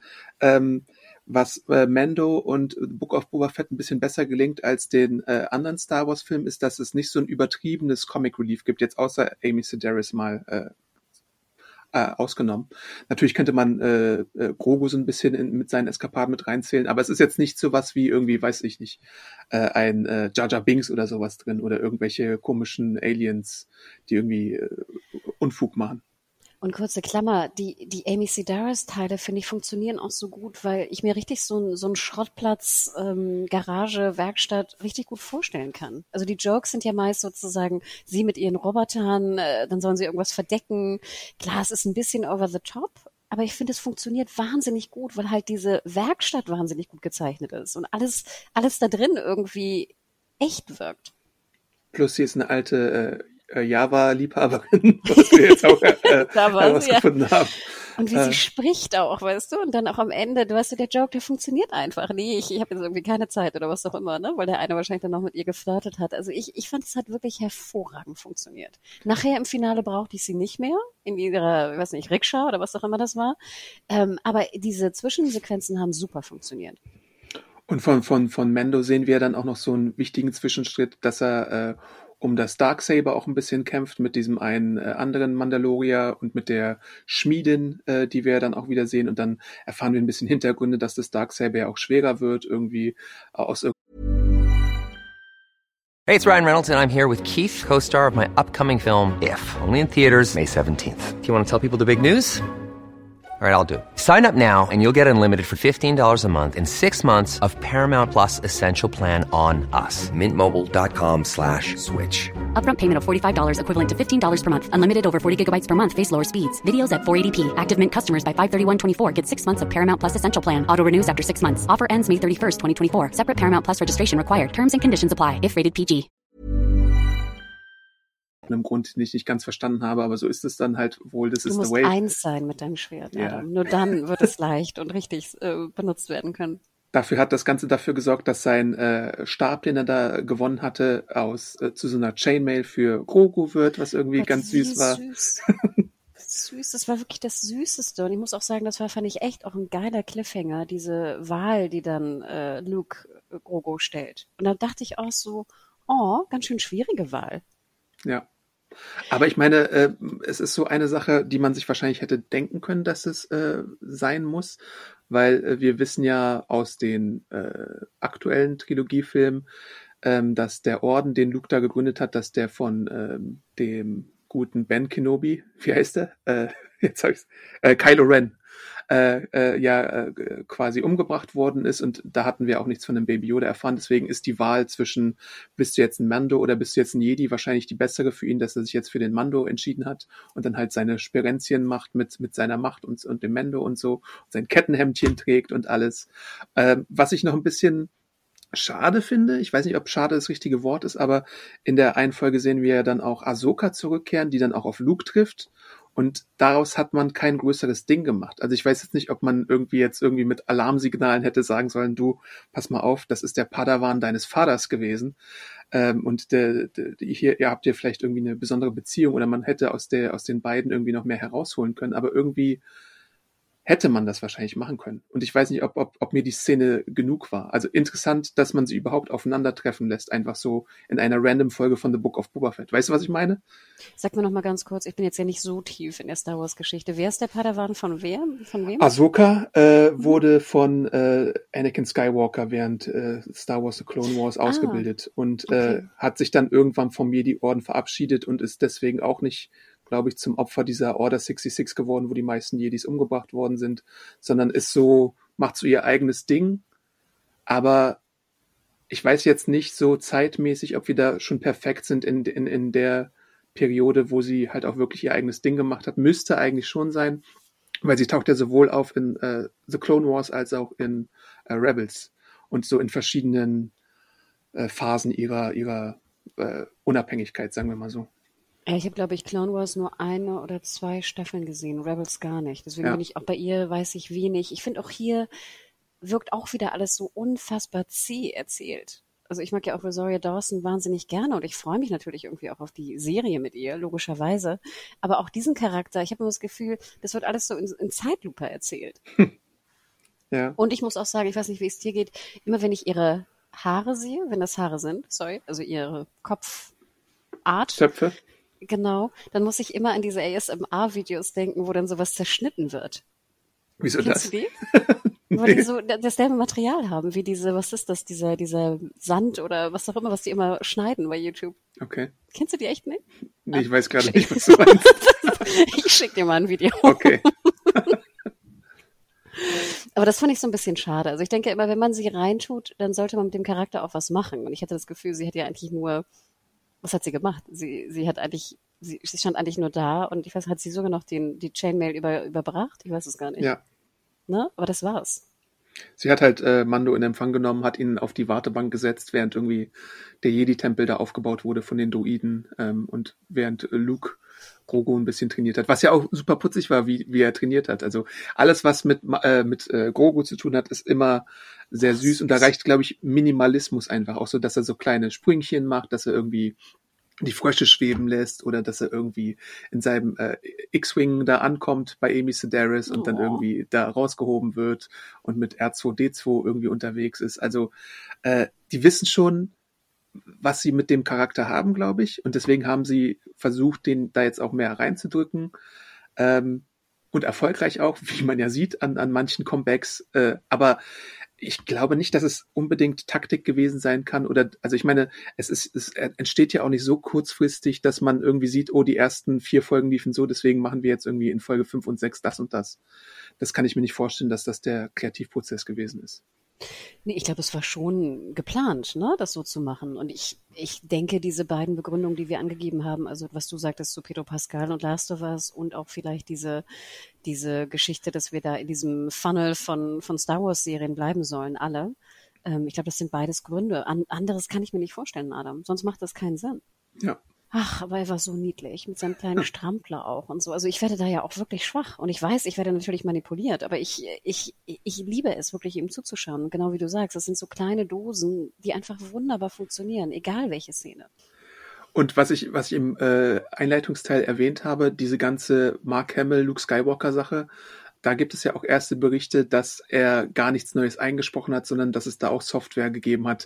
was Mando und Book of Boba Fett ein bisschen besser gelingt als den anderen Star Wars Filmen, ist, dass es nicht so ein übertriebenes Comic Relief gibt, jetzt außer Amy Sedaris mal ausgenommen. Natürlich könnte man Grogu so ein bisschen mit seinen Eskapaden mit reinzählen, aber es ist jetzt nicht so was wie irgendwie, weiß ich nicht, ein Jar Jar Binks oder sowas drin oder irgendwelche komischen Aliens, die irgendwie Unfug machen. Und kurze Klammer, die Amy Sedaris-Teile, finde ich, funktionieren auch so gut, weil ich mir richtig so einen Schrottplatz, Garage, Werkstatt richtig gut vorstellen kann. Also die Jokes sind ja meist sozusagen sie mit ihren Robotern, dann sollen sie irgendwas verdecken. Klar, es ist ein bisschen over the top, aber ich finde, es funktioniert wahnsinnig gut, weil halt diese Werkstatt wahnsinnig gut gezeichnet ist und alles da drin irgendwie echt wirkt. Plus sie ist eine alte Java-Liebhaberin, was wir jetzt auch herausgefunden haben. Und wie sie spricht auch, weißt du? Und dann auch am Ende, weißt du, der Joke, der funktioniert einfach. Nee, ich habe jetzt irgendwie keine Zeit oder was auch immer, ne? Weil der eine wahrscheinlich dann noch mit ihr geflirtet hat. Also ich fand, es hat wirklich hervorragend funktioniert. Nachher im Finale brauchte ich sie nicht mehr in ihrer, ich weiß nicht, Rikscha oder was auch immer das war. Aber diese Zwischensequenzen haben super funktioniert. Und von Mando sehen wir dann auch noch so einen wichtigen Zwischenschritt, dass er um das Darksaber auch ein bisschen kämpft mit diesem einen anderen Mandalorier und mit der Schmiedin, die wir dann auch wieder sehen. Und dann erfahren wir ein bisschen Hintergründe, dass das Darksaber ja auch schwerer wird, irgendwie aus Hey, it's Ryan Reynolds, and I'm here with Keith, co-star of my upcoming film, If, only in theaters May 17th. Do you want to tell people the big news? All right, I'll do it. Sign up now and you'll get unlimited for $15 a month and 6 months of Paramount Plus Essential Plan on us. MintMobile.com/switch. Upfront payment of $45 equivalent to $15 per month. Unlimited over 40 gigabytes per month. Face lower speeds. Videos at 480p. Active Mint customers by 531.24 get 6 months of Paramount Plus Essential Plan. Auto renews after 6 months. Offer ends May 31st, 2024. Separate Paramount Plus registration required. Terms and conditions apply if rated PG. Einem Grund, den ich nicht ganz verstanden habe, aber so ist es dann halt wohl, das ist the way. Du musst eins sein mit deinem Schwert, Ja. Adam. Nur dann wird es leicht und richtig benutzt werden können. Dafür hat das Ganze dafür gesorgt, dass sein Stab, den er da gewonnen hatte, zu so einer Chainmail für Grogu wird, was irgendwie Gott, ganz wie süß war. Süß, das war wirklich das Süßeste. Und ich muss auch sagen, fand ich echt auch ein geiler Cliffhanger, diese Wahl, die dann Luke Grogu stellt. Und da dachte ich auch so, oh, ganz schön schwierige Wahl. Ja. Aber ich meine, es ist so eine Sache, die man sich wahrscheinlich hätte denken können, dass es sein muss, weil wir wissen ja aus den aktuellen Trilogiefilmen, dass der Orden, den Luke da gegründet hat, dass der von dem guten Ben Kenobi, wie heißt der? Jetzt hab ich's, Kylo Ren, quasi umgebracht worden ist, und da hatten wir auch nichts von dem Baby Yoda erfahren. Deswegen ist die Wahl zwischen, bist du jetzt ein Mando oder bist du jetzt ein Jedi, wahrscheinlich die bessere für ihn, dass er sich jetzt für den Mando entschieden hat und dann halt seine Sperenzien macht mit seiner Macht und dem Mando und so, und sein Kettenhemdchen trägt und alles. Was ich noch ein bisschen schade finde, ich weiß nicht, ob schade das richtige Wort ist, aber in der einen Folge sehen wir ja dann auch Ahsoka zurückkehren, die dann auch auf Luke trifft. Und daraus hat man kein größeres Ding gemacht. Also ich weiß jetzt nicht, ob man irgendwie mit Alarmsignalen hätte sagen sollen, du, pass mal auf, das ist der Padawan deines Vaters gewesen. Und ihr habt ja vielleicht irgendwie eine besondere Beziehung, oder man hätte aus den beiden irgendwie noch mehr herausholen können. Aber irgendwie hätte man das wahrscheinlich machen können. Und ich weiß nicht, ob mir die Szene genug war. Also interessant, dass man sie überhaupt aufeinandertreffen lässt, einfach so in einer random Folge von The Book of Boba Fett. Weißt du, was ich meine? Sag mir noch mal ganz kurz, ich bin jetzt ja nicht so tief in der Star Wars Geschichte. Wer ist der Padawan von wer? Von wem? Ahsoka wurde von Anakin Skywalker während Star Wars The Clone Wars ausgebildet und okay. Hat sich dann irgendwann vom Jedi-Orden verabschiedet und ist deswegen auch nicht, glaube ich, zum Opfer dieser Order 66 geworden, wo die meisten Jedis umgebracht worden sind, sondern macht so ihr eigenes Ding. Aber ich weiß jetzt nicht so zeitmäßig, ob wir da schon perfekt sind in der Periode, wo sie halt auch wirklich ihr eigenes Ding gemacht hat. Müsste eigentlich schon sein, weil sie taucht ja sowohl auf in The Clone Wars als auch in Rebels und so in verschiedenen Phasen ihrer Unabhängigkeit, sagen wir mal so. Ich habe, glaube ich, Clone Wars nur 1 oder 2 Staffeln gesehen, Rebels gar nicht. Deswegen bin ich auch bei ihr, weiß ich wenig. Ich finde auch hier wirkt auch wieder alles so unfassbar zäh erzählt. Also ich mag ja auch Rosario Dawson wahnsinnig gerne und ich freue mich natürlich irgendwie auch auf die Serie mit ihr, logischerweise. Aber auch diesen Charakter, ich habe immer das Gefühl, das wird alles so in Zeitlupe erzählt. Ja. Und ich muss auch sagen, ich weiß nicht, wie es dir geht, immer wenn ich ihre Haare sehe, wenn das Haare sind, also ihre Kopfart. Zöpfe. Genau, dann muss ich immer an diese ASMR-Videos denken, wo dann sowas zerschnitten wird. Wieso Kennst das? du die? Wo die so dasselbe Material haben, wie was ist das, dieser Sand oder was auch immer, was die immer schneiden bei YouTube. Okay. Kennst du die echt nicht? Nee, ich weiß gerade nicht, was du meinst. Ich schick dir mal ein Video. Okay. Aber das fand ich so ein bisschen schade. Also ich denke immer, wenn man sie reintut, dann sollte man mit dem Charakter auch was machen. Und ich hatte das Gefühl, sie hat ja eigentlich nur, was hat sie gemacht? Sie stand eigentlich nur da und ich weiß, hat sie sogar noch die Chainmail überbracht? Ich weiß es gar nicht. Ja. Ne? Aber das war's. Sie hat halt Mando in Empfang genommen, hat ihn auf die Wartebank gesetzt, während irgendwie der Jedi-Tempel da aufgebaut wurde von den Druiden und während Luke Grogu ein bisschen trainiert hat, was ja auch super putzig war, wie er trainiert hat. Also alles, was mit Grogu zu tun hat, ist immer sehr süß und da reicht, glaube ich, Minimalismus einfach. Auch so, dass er so kleine Sprüngchen macht, dass er irgendwie die Frösche schweben lässt oder dass er irgendwie in seinem X-Wing da ankommt bei Amy Sedaris und dann irgendwie da rausgehoben wird und mit R2-D2 irgendwie unterwegs ist. Also die wissen schon, was sie mit dem Charakter haben, glaube ich. Und deswegen haben sie versucht, den da jetzt auch mehr reinzudrücken. Und erfolgreich auch, wie man ja sieht an manchen Comebacks. Aber ich glaube nicht, dass es unbedingt Taktik gewesen sein kann also ich meine, es entsteht ja auch nicht so kurzfristig, dass man irgendwie sieht, oh, die ersten 4 Folgen liefen so, deswegen machen wir jetzt irgendwie in Folge 5 und 6 das und das. Das kann ich mir nicht vorstellen, dass das der Kreativprozess gewesen ist. Nee, ich glaube, es war schon geplant, ne, das so zu machen. Und ich denke, diese beiden Begründungen, die wir angegeben haben, also was du sagtest zu Pedro Pascal und Last of Us und auch vielleicht diese Geschichte, dass wir da in diesem Funnel von Star Wars Serien bleiben sollen, alle. Ich glaube, das sind beides Gründe. Anderes kann ich mir nicht vorstellen, Adam. Sonst macht das keinen Sinn. Ja. Ach, aber er war so niedlich, mit seinem kleinen Strampler auch und so. Also ich werde da ja auch wirklich schwach. Und ich weiß, ich werde natürlich manipuliert, aber ich liebe es, wirklich ihm zuzuschauen. Und genau wie du sagst, das sind so kleine Dosen, die einfach wunderbar funktionieren, egal welche Szene. Und was ich im Einleitungsteil erwähnt habe, diese ganze Mark Hamill, Luke Skywalker Sache, da gibt es ja auch erste Berichte, dass er gar nichts Neues eingesprochen hat, sondern dass es da auch Software gegeben hat,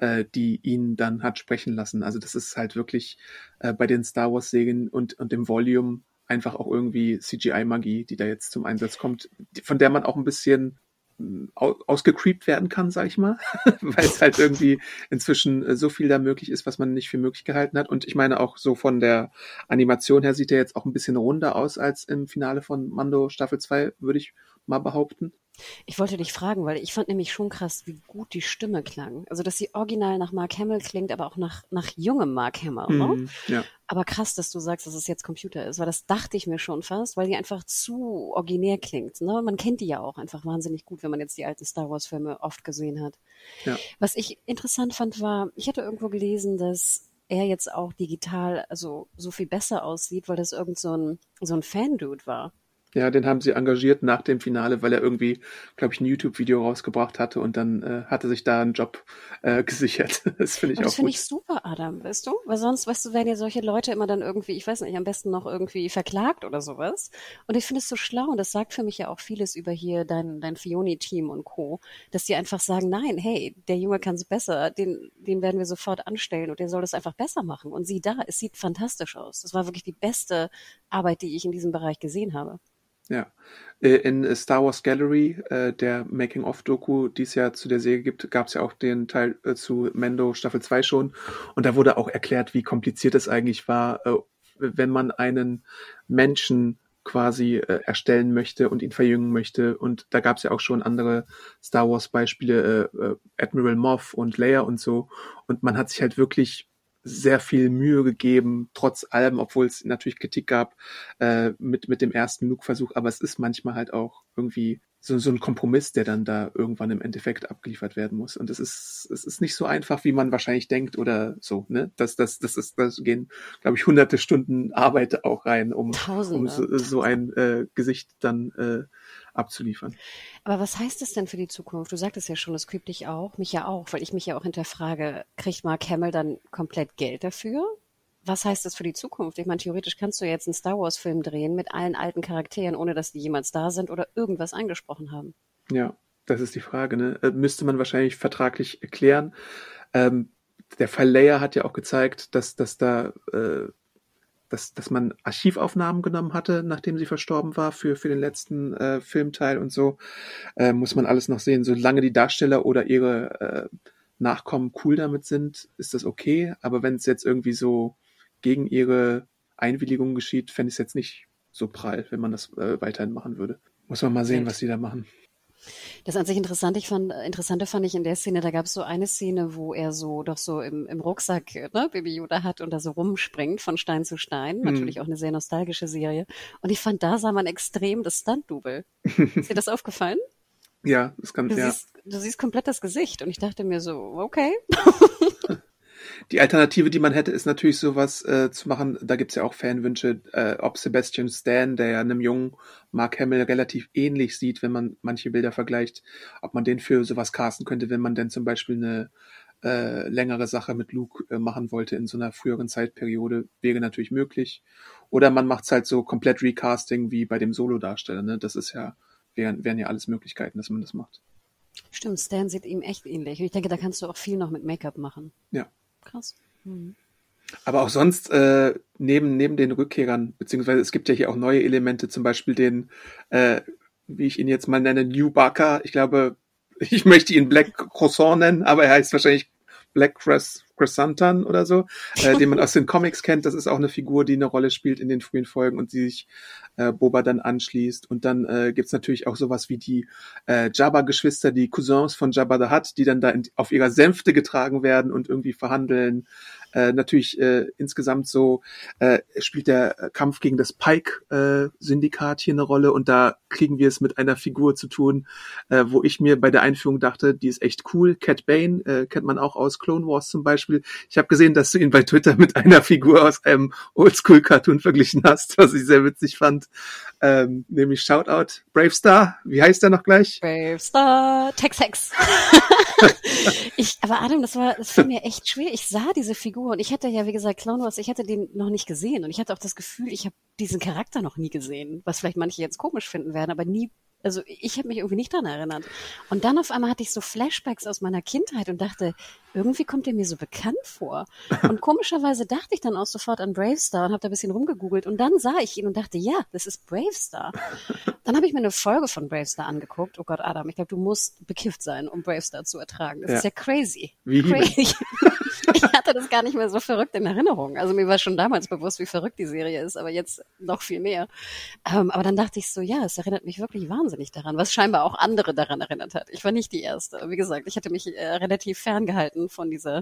die ihn dann hat sprechen lassen. Also das ist halt wirklich bei den Star Wars Serien und dem Volume einfach auch irgendwie CGI-Magie, die da jetzt zum Einsatz kommt, von der man auch ein bisschen ausgecreept werden kann, sag ich mal, weil es halt irgendwie inzwischen so viel da möglich ist, was man nicht für möglich gehalten hat. Und ich meine auch so von der Animation her sieht er jetzt auch ein bisschen runder aus als im Finale von Mando Staffel 2, würde ich mal behaupten. Ich wollte dich fragen, weil ich fand nämlich schon krass, wie gut die Stimme klang. Also, dass sie original nach Mark Hamill klingt, aber auch nach jungem Mark Hamill, ne? Ja. Aber krass, dass du sagst, dass es jetzt Computer ist, weil das dachte ich mir schon fast, weil die einfach zu originär klingt, ne? Man kennt die ja auch einfach wahnsinnig gut, wenn man jetzt die alten Star Wars Filme oft gesehen hat. Ja. Was ich interessant fand war, ich hatte irgendwo gelesen, dass er jetzt auch digital also so viel besser aussieht, weil das irgend so ein Fan-Dude war. Ja, den haben sie engagiert nach dem Finale, weil er irgendwie, glaube ich, ein YouTube-Video rausgebracht hatte und dann hatte sich da einen Job gesichert. Das finde ich auch gut. Das finde ich super, Adam, weißt du? Weil sonst, weißt du, werden ja solche Leute immer dann irgendwie, ich weiß nicht, am besten noch irgendwie verklagt oder sowas. Und ich finde es so schlau und das sagt für mich ja auch vieles über hier dein Fioni-Team und Co., dass die einfach sagen, nein, hey, der Junge kann es besser, den werden wir sofort anstellen und der soll das einfach besser machen. Und sieh da, es sieht fantastisch aus. Das war wirklich die beste Arbeit, die ich in diesem Bereich gesehen habe. Ja, in Star Wars Gallery, der Making-of-Doku, die es ja zu der Serie gibt, gab es ja auch den Teil zu Mando Staffel 2 schon. Und da wurde auch erklärt, wie kompliziert es eigentlich war, wenn man einen Menschen quasi erstellen möchte und ihn verjüngen möchte. Und da gab es ja auch schon andere Star Wars-Beispiele, Admiral Moff und Leia und so. Und man hat sich halt wirklich sehr viel Mühe gegeben, trotz allem, obwohl es natürlich Kritik gab mit dem ersten Luke-Versuch, aber es ist manchmal halt auch irgendwie so ein Kompromiss, der dann da irgendwann im Endeffekt abgeliefert werden muss. Und es ist nicht so einfach, wie man wahrscheinlich denkt oder so, ne? Das gehen, glaube ich, hunderte Stunden Arbeit auch rein, um so ein Gesicht dann abzuliefern. Aber was heißt das denn für die Zukunft? Du sagtest ja schon, das creept dich auch, mich ja auch, weil ich mich ja auch hinterfrage, kriegt Mark Hamill dann komplett Geld dafür? Was heißt das für die Zukunft? Ich meine, theoretisch kannst du jetzt einen Star Wars Film drehen mit allen alten Charakteren, ohne dass die jemals da sind oder irgendwas eingesprochen haben. Ja, das ist die Frage, ne? Müsste man wahrscheinlich vertraglich erklären. Der Fall Leia hat ja auch gezeigt, dass man Archivaufnahmen genommen hatte, nachdem sie verstorben war, für den letzten Filmteil und so. Muss man alles noch sehen. Solange die Darsteller oder ihre Nachkommen cool damit sind, ist das okay. Aber wenn es jetzt irgendwie so gegen ihre Einwilligung geschieht, fände ich es jetzt nicht so prall, wenn man das weiterhin machen würde. Muss man mal sehen, was die da machen. Das an sich Interessante fand ich in der Szene, da gab es so eine Szene, wo er so doch so im Rucksack Baby Yoda hat und da so rumspringt von Stein zu Stein. Natürlich auch eine sehr nostalgische Serie. Und ich fand, da sah man extrem das Stunt-Double. Ist dir das aufgefallen? Ja, das kann ja. Du siehst komplett das Gesicht und ich dachte mir so, okay. Die Alternative, die man hätte, ist natürlich sowas zu machen, da gibt's ja auch Fanwünsche, ob Sebastian Stan, der ja einem jungen Mark Hamill relativ ähnlich sieht, wenn man manche Bilder vergleicht, ob man den für sowas casten könnte, wenn man denn zum Beispiel eine längere Sache mit Luke machen wollte in so einer früheren Zeitperiode, wäre natürlich möglich. Oder man macht's halt so komplett Recasting wie bei dem Solo-Darsteller, ne? Das ist ja, wären ja alles Möglichkeiten, dass man das macht. Stimmt, Stan sieht ihm echt ähnlich. Und ich denke, da kannst du auch viel noch mit Make-up machen. Ja. Krass. Mhm. Aber auch sonst, neben den Rückkehrern, beziehungsweise es gibt ja hier auch neue Elemente, zum Beispiel den, wie ich ihn jetzt mal nenne, New Barker. Ich glaube, ich möchte ihn Black Croissant nennen, aber er heißt wahrscheinlich Black Chrysanthemum oder so, den man aus den Comics kennt. Das ist auch eine Figur, die eine Rolle spielt in den frühen Folgen und die sich Boba dann anschließt. Und dann gibt's natürlich auch sowas wie die Jabba-Geschwister, die Cousins von Jabba the Hutt, die dann da auf ihrer Sänfte getragen werden und irgendwie verhandeln. Natürlich insgesamt so spielt der Kampf gegen das Pike-Syndikat hier eine Rolle und da kriegen wir es mit einer Figur zu tun, wo ich mir bei der Einführung dachte, die ist echt cool. Cad Bane kennt man auch aus Clone Wars zum Beispiel. Ich habe gesehen, dass du ihn bei Twitter mit einer Figur aus einem Oldschool-Cartoon verglichen hast, was ich sehr witzig fand. Nämlich Shoutout Bravestar. Wie heißt der noch gleich? Bravestar, Tex-Hex. Aber Adam, das fiel mir echt schwer. Ich sah diese Figur und ich hatte ja, wie gesagt, Clone Wars, ich hatte den noch nicht gesehen und ich hatte auch das Gefühl, ich habe diesen Charakter noch nie gesehen, was vielleicht manche jetzt komisch finden werden, aber nie, also ich habe mich irgendwie nicht daran erinnert. Und dann auf einmal hatte ich so Flashbacks aus meiner Kindheit und dachte, irgendwie kommt er mir so bekannt vor. Und komischerweise dachte ich dann auch sofort an Bravestar und habe da ein bisschen rumgegoogelt und dann sah ich ihn und dachte, ja, das ist Bravestar. Dann habe ich mir eine Folge von Bravestar angeguckt. Oh Gott, Adam, ich glaube, du musst bekifft sein, um Bravestar zu ertragen. Das ist ja crazy. Wie crazy. Ich hatte das gar nicht mehr so verrückt in Erinnerung. Also mir war schon damals bewusst, wie verrückt die Serie ist, aber jetzt noch viel mehr. Aber dann dachte ich so, ja, es erinnert mich wirklich wahnsinnig daran, was scheinbar auch andere daran erinnert hat. Ich war nicht die Erste. Wie gesagt, ich hatte mich relativ ferngehalten von dieser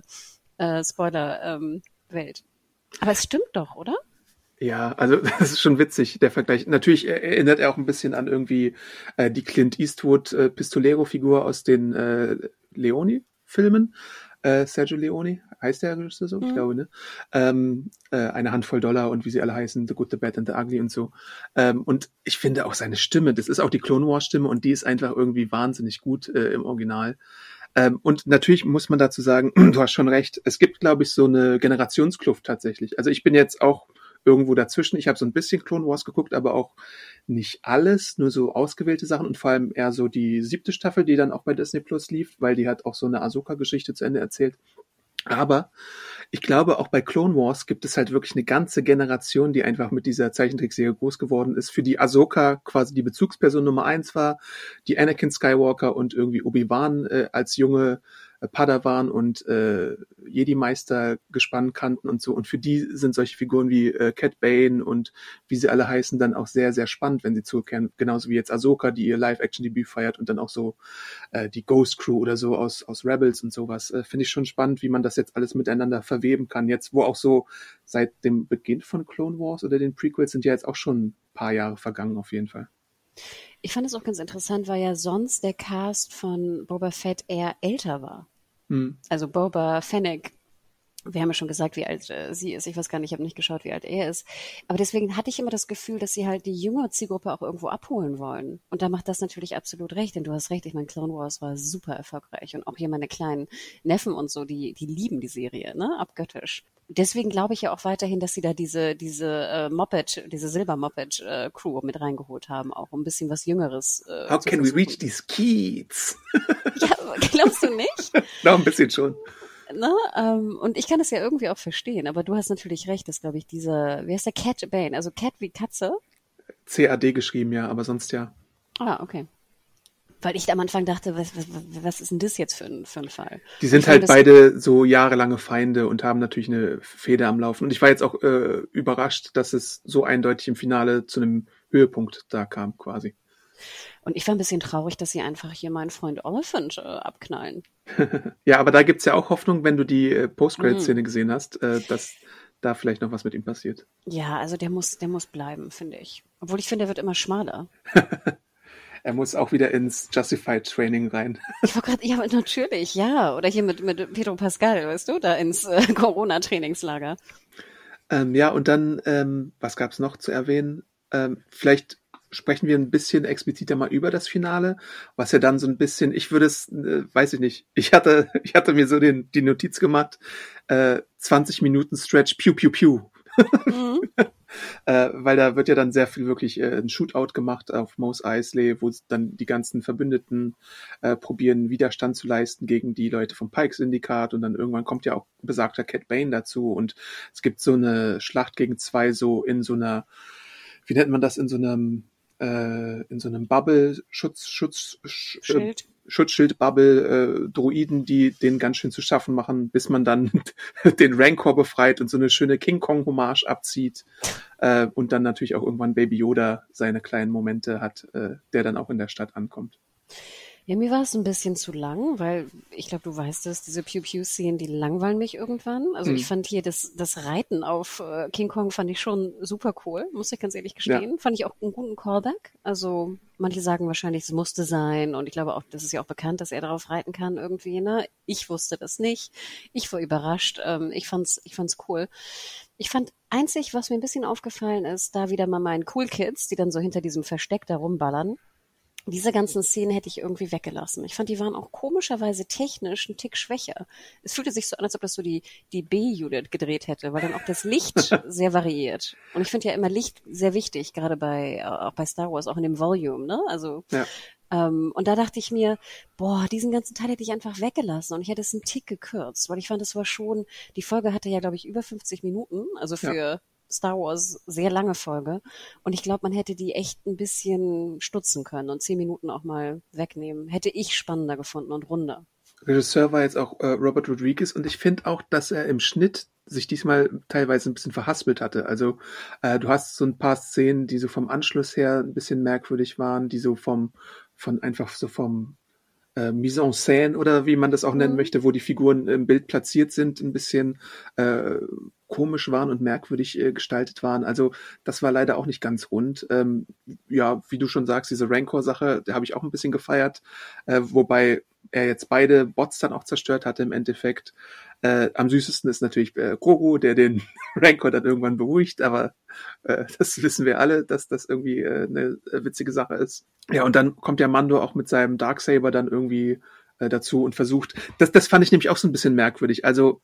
Spoiler-Welt. Aber es stimmt doch, oder? Ja, also das ist schon witzig, der Vergleich. Natürlich erinnert er auch ein bisschen an irgendwie die Clint Eastwood Pistolero-Figur aus den Leone-Filmen. Sergio Leone, heißt der so? Ich glaube, ne? Eine Handvoll Dollar und wie sie alle heißen, The Good, The Bad and The Ugly und so. Und ich finde auch seine Stimme, das ist auch die Clone Wars Stimme und die ist einfach irgendwie wahnsinnig gut im Original. Und natürlich muss man dazu sagen, du hast schon recht, es gibt, glaube ich, so eine Generationskluft tatsächlich. Also ich bin jetzt auch irgendwo dazwischen. Ich habe so ein bisschen Clone Wars geguckt, aber auch nicht alles, nur so ausgewählte Sachen und vor allem eher so die 7. Staffel, die dann auch bei Disney Plus lief, weil die hat auch so eine Ahsoka-Geschichte zu Ende erzählt. Aber ich glaube, auch bei Clone Wars gibt es halt wirklich eine ganze Generation, die einfach mit dieser Zeichentrickserie groß geworden ist, für die Ahsoka quasi die Bezugsperson Nummer 1 war, die Anakin Skywalker und irgendwie Obi-Wan als junge Padawan und Jedi-Meister gespannt kannten und so. Und für die sind solche Figuren wie Cad Bane und wie sie alle heißen dann auch sehr, sehr spannend, wenn sie zurückkehren. Genauso wie jetzt Ahsoka, die ihr Live-Action-Debüt feiert und dann auch so die Ghost Crew oder so aus Rebels und sowas. Finde ich schon spannend, wie man das jetzt alles miteinander verweben kann. Jetzt, wo auch so seit dem Beginn von Clone Wars oder den Prequels sind ja jetzt auch schon ein paar Jahre vergangen auf jeden Fall. Ich fand es auch ganz interessant, weil ja sonst der Cast von Boba Fett eher älter war. Also Boba Fennec, wir haben ja schon gesagt, wie alt sie ist. Ich weiß gar nicht, ich habe nicht geschaut, wie alt er ist. Aber deswegen hatte ich immer das Gefühl, dass sie halt die jüngere Zielgruppe auch irgendwo abholen wollen. Und da macht das natürlich absolut recht, denn du hast recht. Ich meine, Clone Wars war super erfolgreich. Und auch hier meine kleinen Neffen und so, die lieben die Serie, ne, abgöttisch. Deswegen glaube ich ja auch weiterhin, dass sie da diese Silber-Moped-Crew mit reingeholt haben, auch um ein bisschen was Jüngeres How can we reach these kids? Ja, glaubst du nicht? Noch ein bisschen schon. Ne? Und ich kann das ja irgendwie auch verstehen, aber du hast natürlich recht, dass, glaube ich, wie heißt der, Cad Bane, also Cat wie Katze? CAD geschrieben, ja, aber sonst ja. Ah, okay. Weil ich am Anfang dachte, was ist denn das jetzt für ein Fall? Die sind halt beide so jahrelange Feinde und haben natürlich eine Fehde am Laufen. Und ich war jetzt auch überrascht, dass es so eindeutig im Finale zu einem Höhepunkt da kam, quasi. Und ich war ein bisschen traurig, dass sie einfach hier meinen Freund Oliphant abknallen. Ja, aber da gibt's ja auch Hoffnung, wenn du die Post-Credit-Szene gesehen hast, dass da vielleicht noch was mit ihm passiert. Ja, also der muss bleiben, finde ich. Obwohl ich finde, er wird immer schmaler. Er muss auch wieder ins Justified Training rein. Ich war gerade, ja, natürlich, ja. Oder hier mit Pedro Pascal, weißt du, da ins Corona-Trainingslager. Ja, und dann, was gab's noch zu erwähnen? Vielleicht sprechen wir ein bisschen expliziter mal über das Finale, was ja dann so ein bisschen, ich würde es, weiß ich nicht, ich hatte mir so die Notiz gemacht, 20 Minuten Stretch, piu, piu, piu. Mhm. Weil da wird ja dann sehr viel wirklich ein Shootout gemacht auf Mos Eisley, wo dann die ganzen Verbündeten probieren, Widerstand zu leisten gegen die Leute vom Pike-Syndikat und dann irgendwann kommt ja auch besagter Cad Bane dazu und es gibt so eine Schlacht gegen zwei so in so einer, wie nennt man das, in so einem Bubble-Schild. Schutzschild-Bubble Droiden, die denen ganz schön zu schaffen machen, bis man dann den Rancor befreit und so eine schöne King Kong-Hommage abzieht. Und dann natürlich auch irgendwann Baby Yoda seine kleinen Momente hat, der dann auch in der Stadt ankommt. Ja, mir war es ein bisschen zu lang, weil ich glaube, du weißt es, diese Pew-Pew-Szenen, die langweilen mich irgendwann. Also ich fand hier das Reiten auf King Kong fand ich schon super cool, muss ich ganz ehrlich gestehen. Ja. Fand ich auch einen guten Callback. Also manche sagen wahrscheinlich, es musste sein und ich glaube auch, das ist ja auch bekannt, dass er darauf reiten kann irgendwie, ne? Ich wusste das nicht. Ich war überrascht. Ich fand's cool. Ich fand einzig, was mir ein bisschen aufgefallen ist, da wieder mal meinen Cool Kids, die dann so hinter diesem Versteck da rumballern. Diese ganzen Szenen hätte ich irgendwie weggelassen. Ich fand, die waren auch komischerweise technisch ein Tick schwächer. Es fühlte sich so an, als ob das so die B-Unit gedreht hätte, weil dann auch das Licht sehr variiert. Und ich finde ja immer Licht sehr wichtig, gerade auch bei Star Wars, auch in dem Volume, ne? Also, Ja. und da dachte ich mir, diesen ganzen Teil hätte ich einfach weggelassen und ich hätte es einen Tick gekürzt, weil ich fand, es war schon, die Folge hatte ja, glaube ich, über 50 Minuten, also für Star Wars sehr lange Folge. Und ich glaube, man hätte die echt ein bisschen stutzen können und 10 Minuten auch mal wegnehmen. Hätte ich spannender gefunden und runder. Regisseur war jetzt auch Robert Rodriguez und ich finde auch, dass er im Schnitt sich diesmal teilweise ein bisschen verhaspelt hatte. Also du hast so ein paar Szenen, die so vom Anschluss her ein bisschen merkwürdig waren, die so vom Mise en scène oder wie man das auch nennen möchte, wo die Figuren im Bild platziert sind, ein bisschen komisch waren und merkwürdig gestaltet waren. Also das war leider auch nicht ganz rund. Ja, wie du schon sagst, diese Rancor-Sache, da habe ich auch ein bisschen gefeiert, wobei er jetzt beide Bots dann auch zerstört hatte im Endeffekt. Am süßesten ist natürlich Grogu, der den Rancor dann irgendwann beruhigt, aber das wissen wir alle, dass das irgendwie eine witzige Sache ist. Ja, und dann kommt ja Mando auch mit seinem Darksaber dann irgendwie dazu und versucht, das fand ich nämlich auch so ein bisschen merkwürdig, also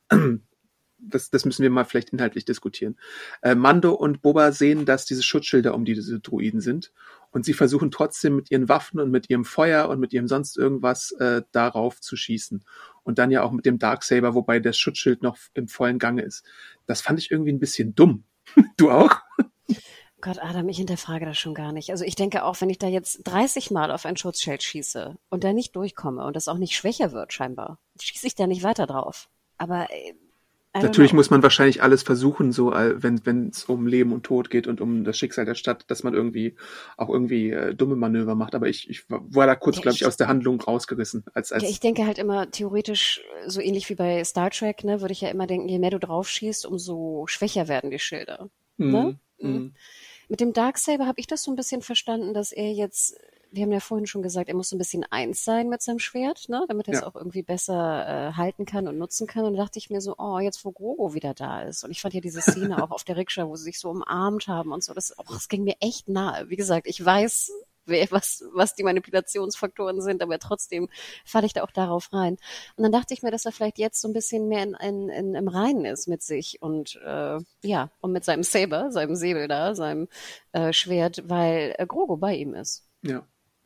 das müssen wir mal vielleicht inhaltlich diskutieren. Mando und Boba sehen, dass diese Schutzschilder um diese Droiden sind und sie versuchen trotzdem mit ihren Waffen und mit ihrem Feuer und mit ihrem sonst irgendwas darauf zu schießen. Und dann ja auch mit dem Darksaber, wobei das Schutzschild noch im vollen Gange ist. Das fand ich irgendwie ein bisschen dumm. Du auch? Gott, Adam, ich hinterfrage das schon gar nicht. Also ich denke auch, wenn ich da jetzt 30 Mal auf ein Schutzschild schieße und da nicht durchkomme und das auch nicht schwächer wird scheinbar, schieße ich da nicht weiter drauf. Aber natürlich muss man wahrscheinlich alles versuchen, so wenn es um Leben und Tod geht und um das Schicksal der Stadt, dass man irgendwie dumme Manöver macht. Aber ich war da kurz, glaube ich, aus der Handlung rausgerissen. Ja, ich denke halt immer theoretisch, so ähnlich wie bei Star Trek, ne, würde ich ja immer denken, je mehr du drauf schießt, umso schwächer werden die Schilder. Ne? Mit dem Darksaber habe ich das so ein bisschen verstanden, dass er jetzt, wir haben ja vorhin schon gesagt, er muss so ein bisschen eins sein mit seinem Schwert, ne, damit er es auch irgendwie besser halten kann und nutzen kann. Und da dachte ich mir so, jetzt wo Grogu wieder da ist. Und ich fand ja diese Szene auch auf der Rikscha, wo sie sich so umarmt haben und so, das ging mir echt nahe. Wie gesagt, ich weiß, was die Manipulationsfaktoren sind, aber trotzdem falle ich da auch darauf rein. Und dann dachte ich mir, dass er vielleicht jetzt so ein bisschen mehr im Reinen ist mit sich und und mit seinem Saber, seinem Säbel da, seinem Schwert, weil Grogu bei ihm ist. Ja.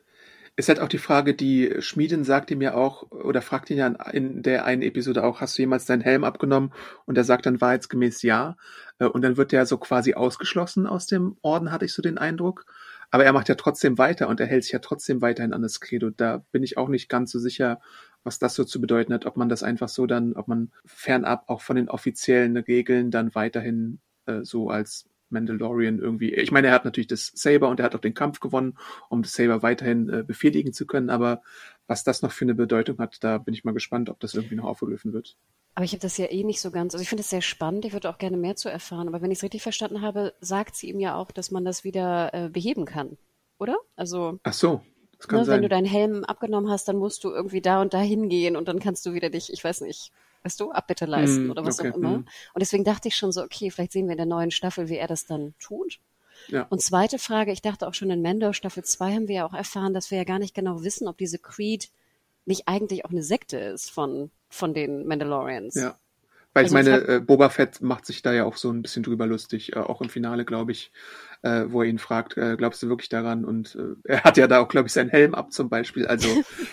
Ist halt auch die Frage, die Schmiedin sagt ihm ja auch, oder fragt ihn ja in der einen Episode auch, hast du jemals deinen Helm abgenommen? Und er sagt dann wahrheitsgemäß ja. Und dann wird der so quasi ausgeschlossen aus dem Orden, hatte ich so den Eindruck. Aber er macht ja trotzdem weiter und er hält sich ja trotzdem weiterhin an das Credo. Da bin ich auch nicht ganz so sicher, was das so zu bedeuten hat, ob man das einfach so dann, ob man fernab auch von den offiziellen Regeln dann weiterhin so als Mandalorian irgendwie, ich meine, er hat natürlich das Saber und er hat auch den Kampf gewonnen, um das Saber weiterhin befehligen zu können, aber was das noch für eine Bedeutung hat, da bin ich mal gespannt, ob das irgendwie noch aufgegriffen wird. Aber ich habe das ja nicht so ganz, also ich finde es sehr spannend, ich würde auch gerne mehr zu erfahren, aber wenn ich es richtig verstanden habe, sagt sie ihm ja auch, dass man das wieder beheben kann, oder? Also, ach so, das kann sein. Wenn du deinen Helm abgenommen hast, dann musst du irgendwie da und da hingehen und dann kannst du wieder dich, ich weiß nicht, Abbitte leisten oder was auch immer. Und deswegen dachte ich schon so, okay, vielleicht sehen wir in der neuen Staffel, wie er das dann tut. Ja. Und zweite Frage, ich dachte auch schon in Mando Staffel 2 haben wir ja auch erfahren, dass wir ja gar nicht genau wissen, ob diese Creed nicht eigentlich auch eine Sekte ist von den Mandalorians. Ja. Weil ich meine, Boba Fett macht sich da ja auch so ein bisschen drüber lustig, auch im Finale, glaube ich, wo er ihn fragt, glaubst du wirklich daran? Und er hat ja da auch, glaube ich, seinen Helm ab zum Beispiel. Also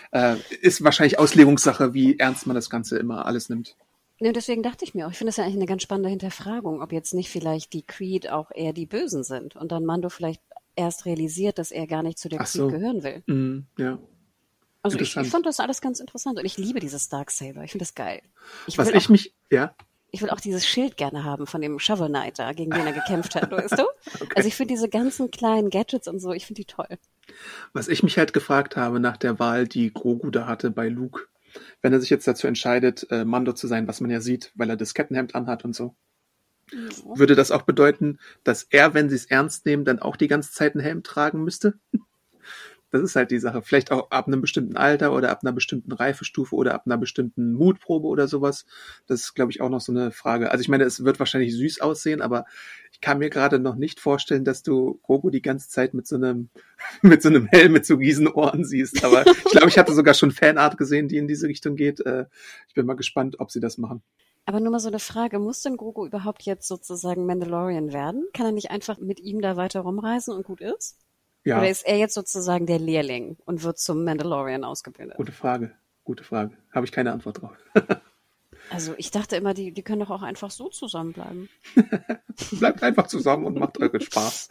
ist wahrscheinlich Auslegungssache, wie ernst man das Ganze immer alles nimmt. Ja, deswegen dachte ich mir auch, ich finde das ja eigentlich eine ganz spannende Hinterfragung, ob jetzt nicht vielleicht die Creed auch eher die Bösen sind und dann Mando vielleicht erst realisiert, dass er gar nicht zu der Creed gehören will. Ja. Also ich Interessant. fand das alles ganz interessant und ich liebe dieses Darksaber. Ich finde das geil. Ich Was will ich auch, mich, ja, ich will auch dieses Schild gerne haben von dem Shovel Knight da, gegen den er gekämpft hat, weißt du? Also ich finde diese ganzen kleinen Gadgets und so, ich finde die toll. was ich mich halt gefragt habe nach der Wahl, die Grogu da hatte bei Luke, wenn er sich jetzt dazu entscheidet, Mando zu sein, was man ja sieht, weil er das Kettenhemd anhat und so, würde das auch bedeuten, dass er, wenn sie es ernst nehmen, dann auch die ganze Zeit einen Helm tragen müsste? Das ist halt die Sache. Vielleicht auch ab einem bestimmten Alter oder ab einer bestimmten Reifestufe oder ab einer bestimmten Mutprobe oder sowas. Das ist, glaube ich, auch noch so eine Frage. Also ich meine, es wird wahrscheinlich süß aussehen, aber ich kann mir gerade noch nicht vorstellen, dass du Grogu die ganze Zeit mit so einem Helm mit so Riesenohren siehst. Aber ich glaube, ich hatte sogar schon Fanart gesehen, die in diese Richtung geht. Ich bin mal gespannt, ob sie das machen. Aber nur mal so eine Frage, muss denn Grogu überhaupt jetzt sozusagen Mandalorian werden? Kann er nicht einfach mit ihm da weiter rumreisen und gut ist? Ja, Oder ist er jetzt sozusagen der Lehrling und wird zum Mandalorian ausgebildet? gute Frage. Gute Frage. Habe ich keine Antwort drauf. Also ich dachte immer, die können doch auch einfach so zusammenbleiben. Bleibt einfach zusammen und macht euren Spaß.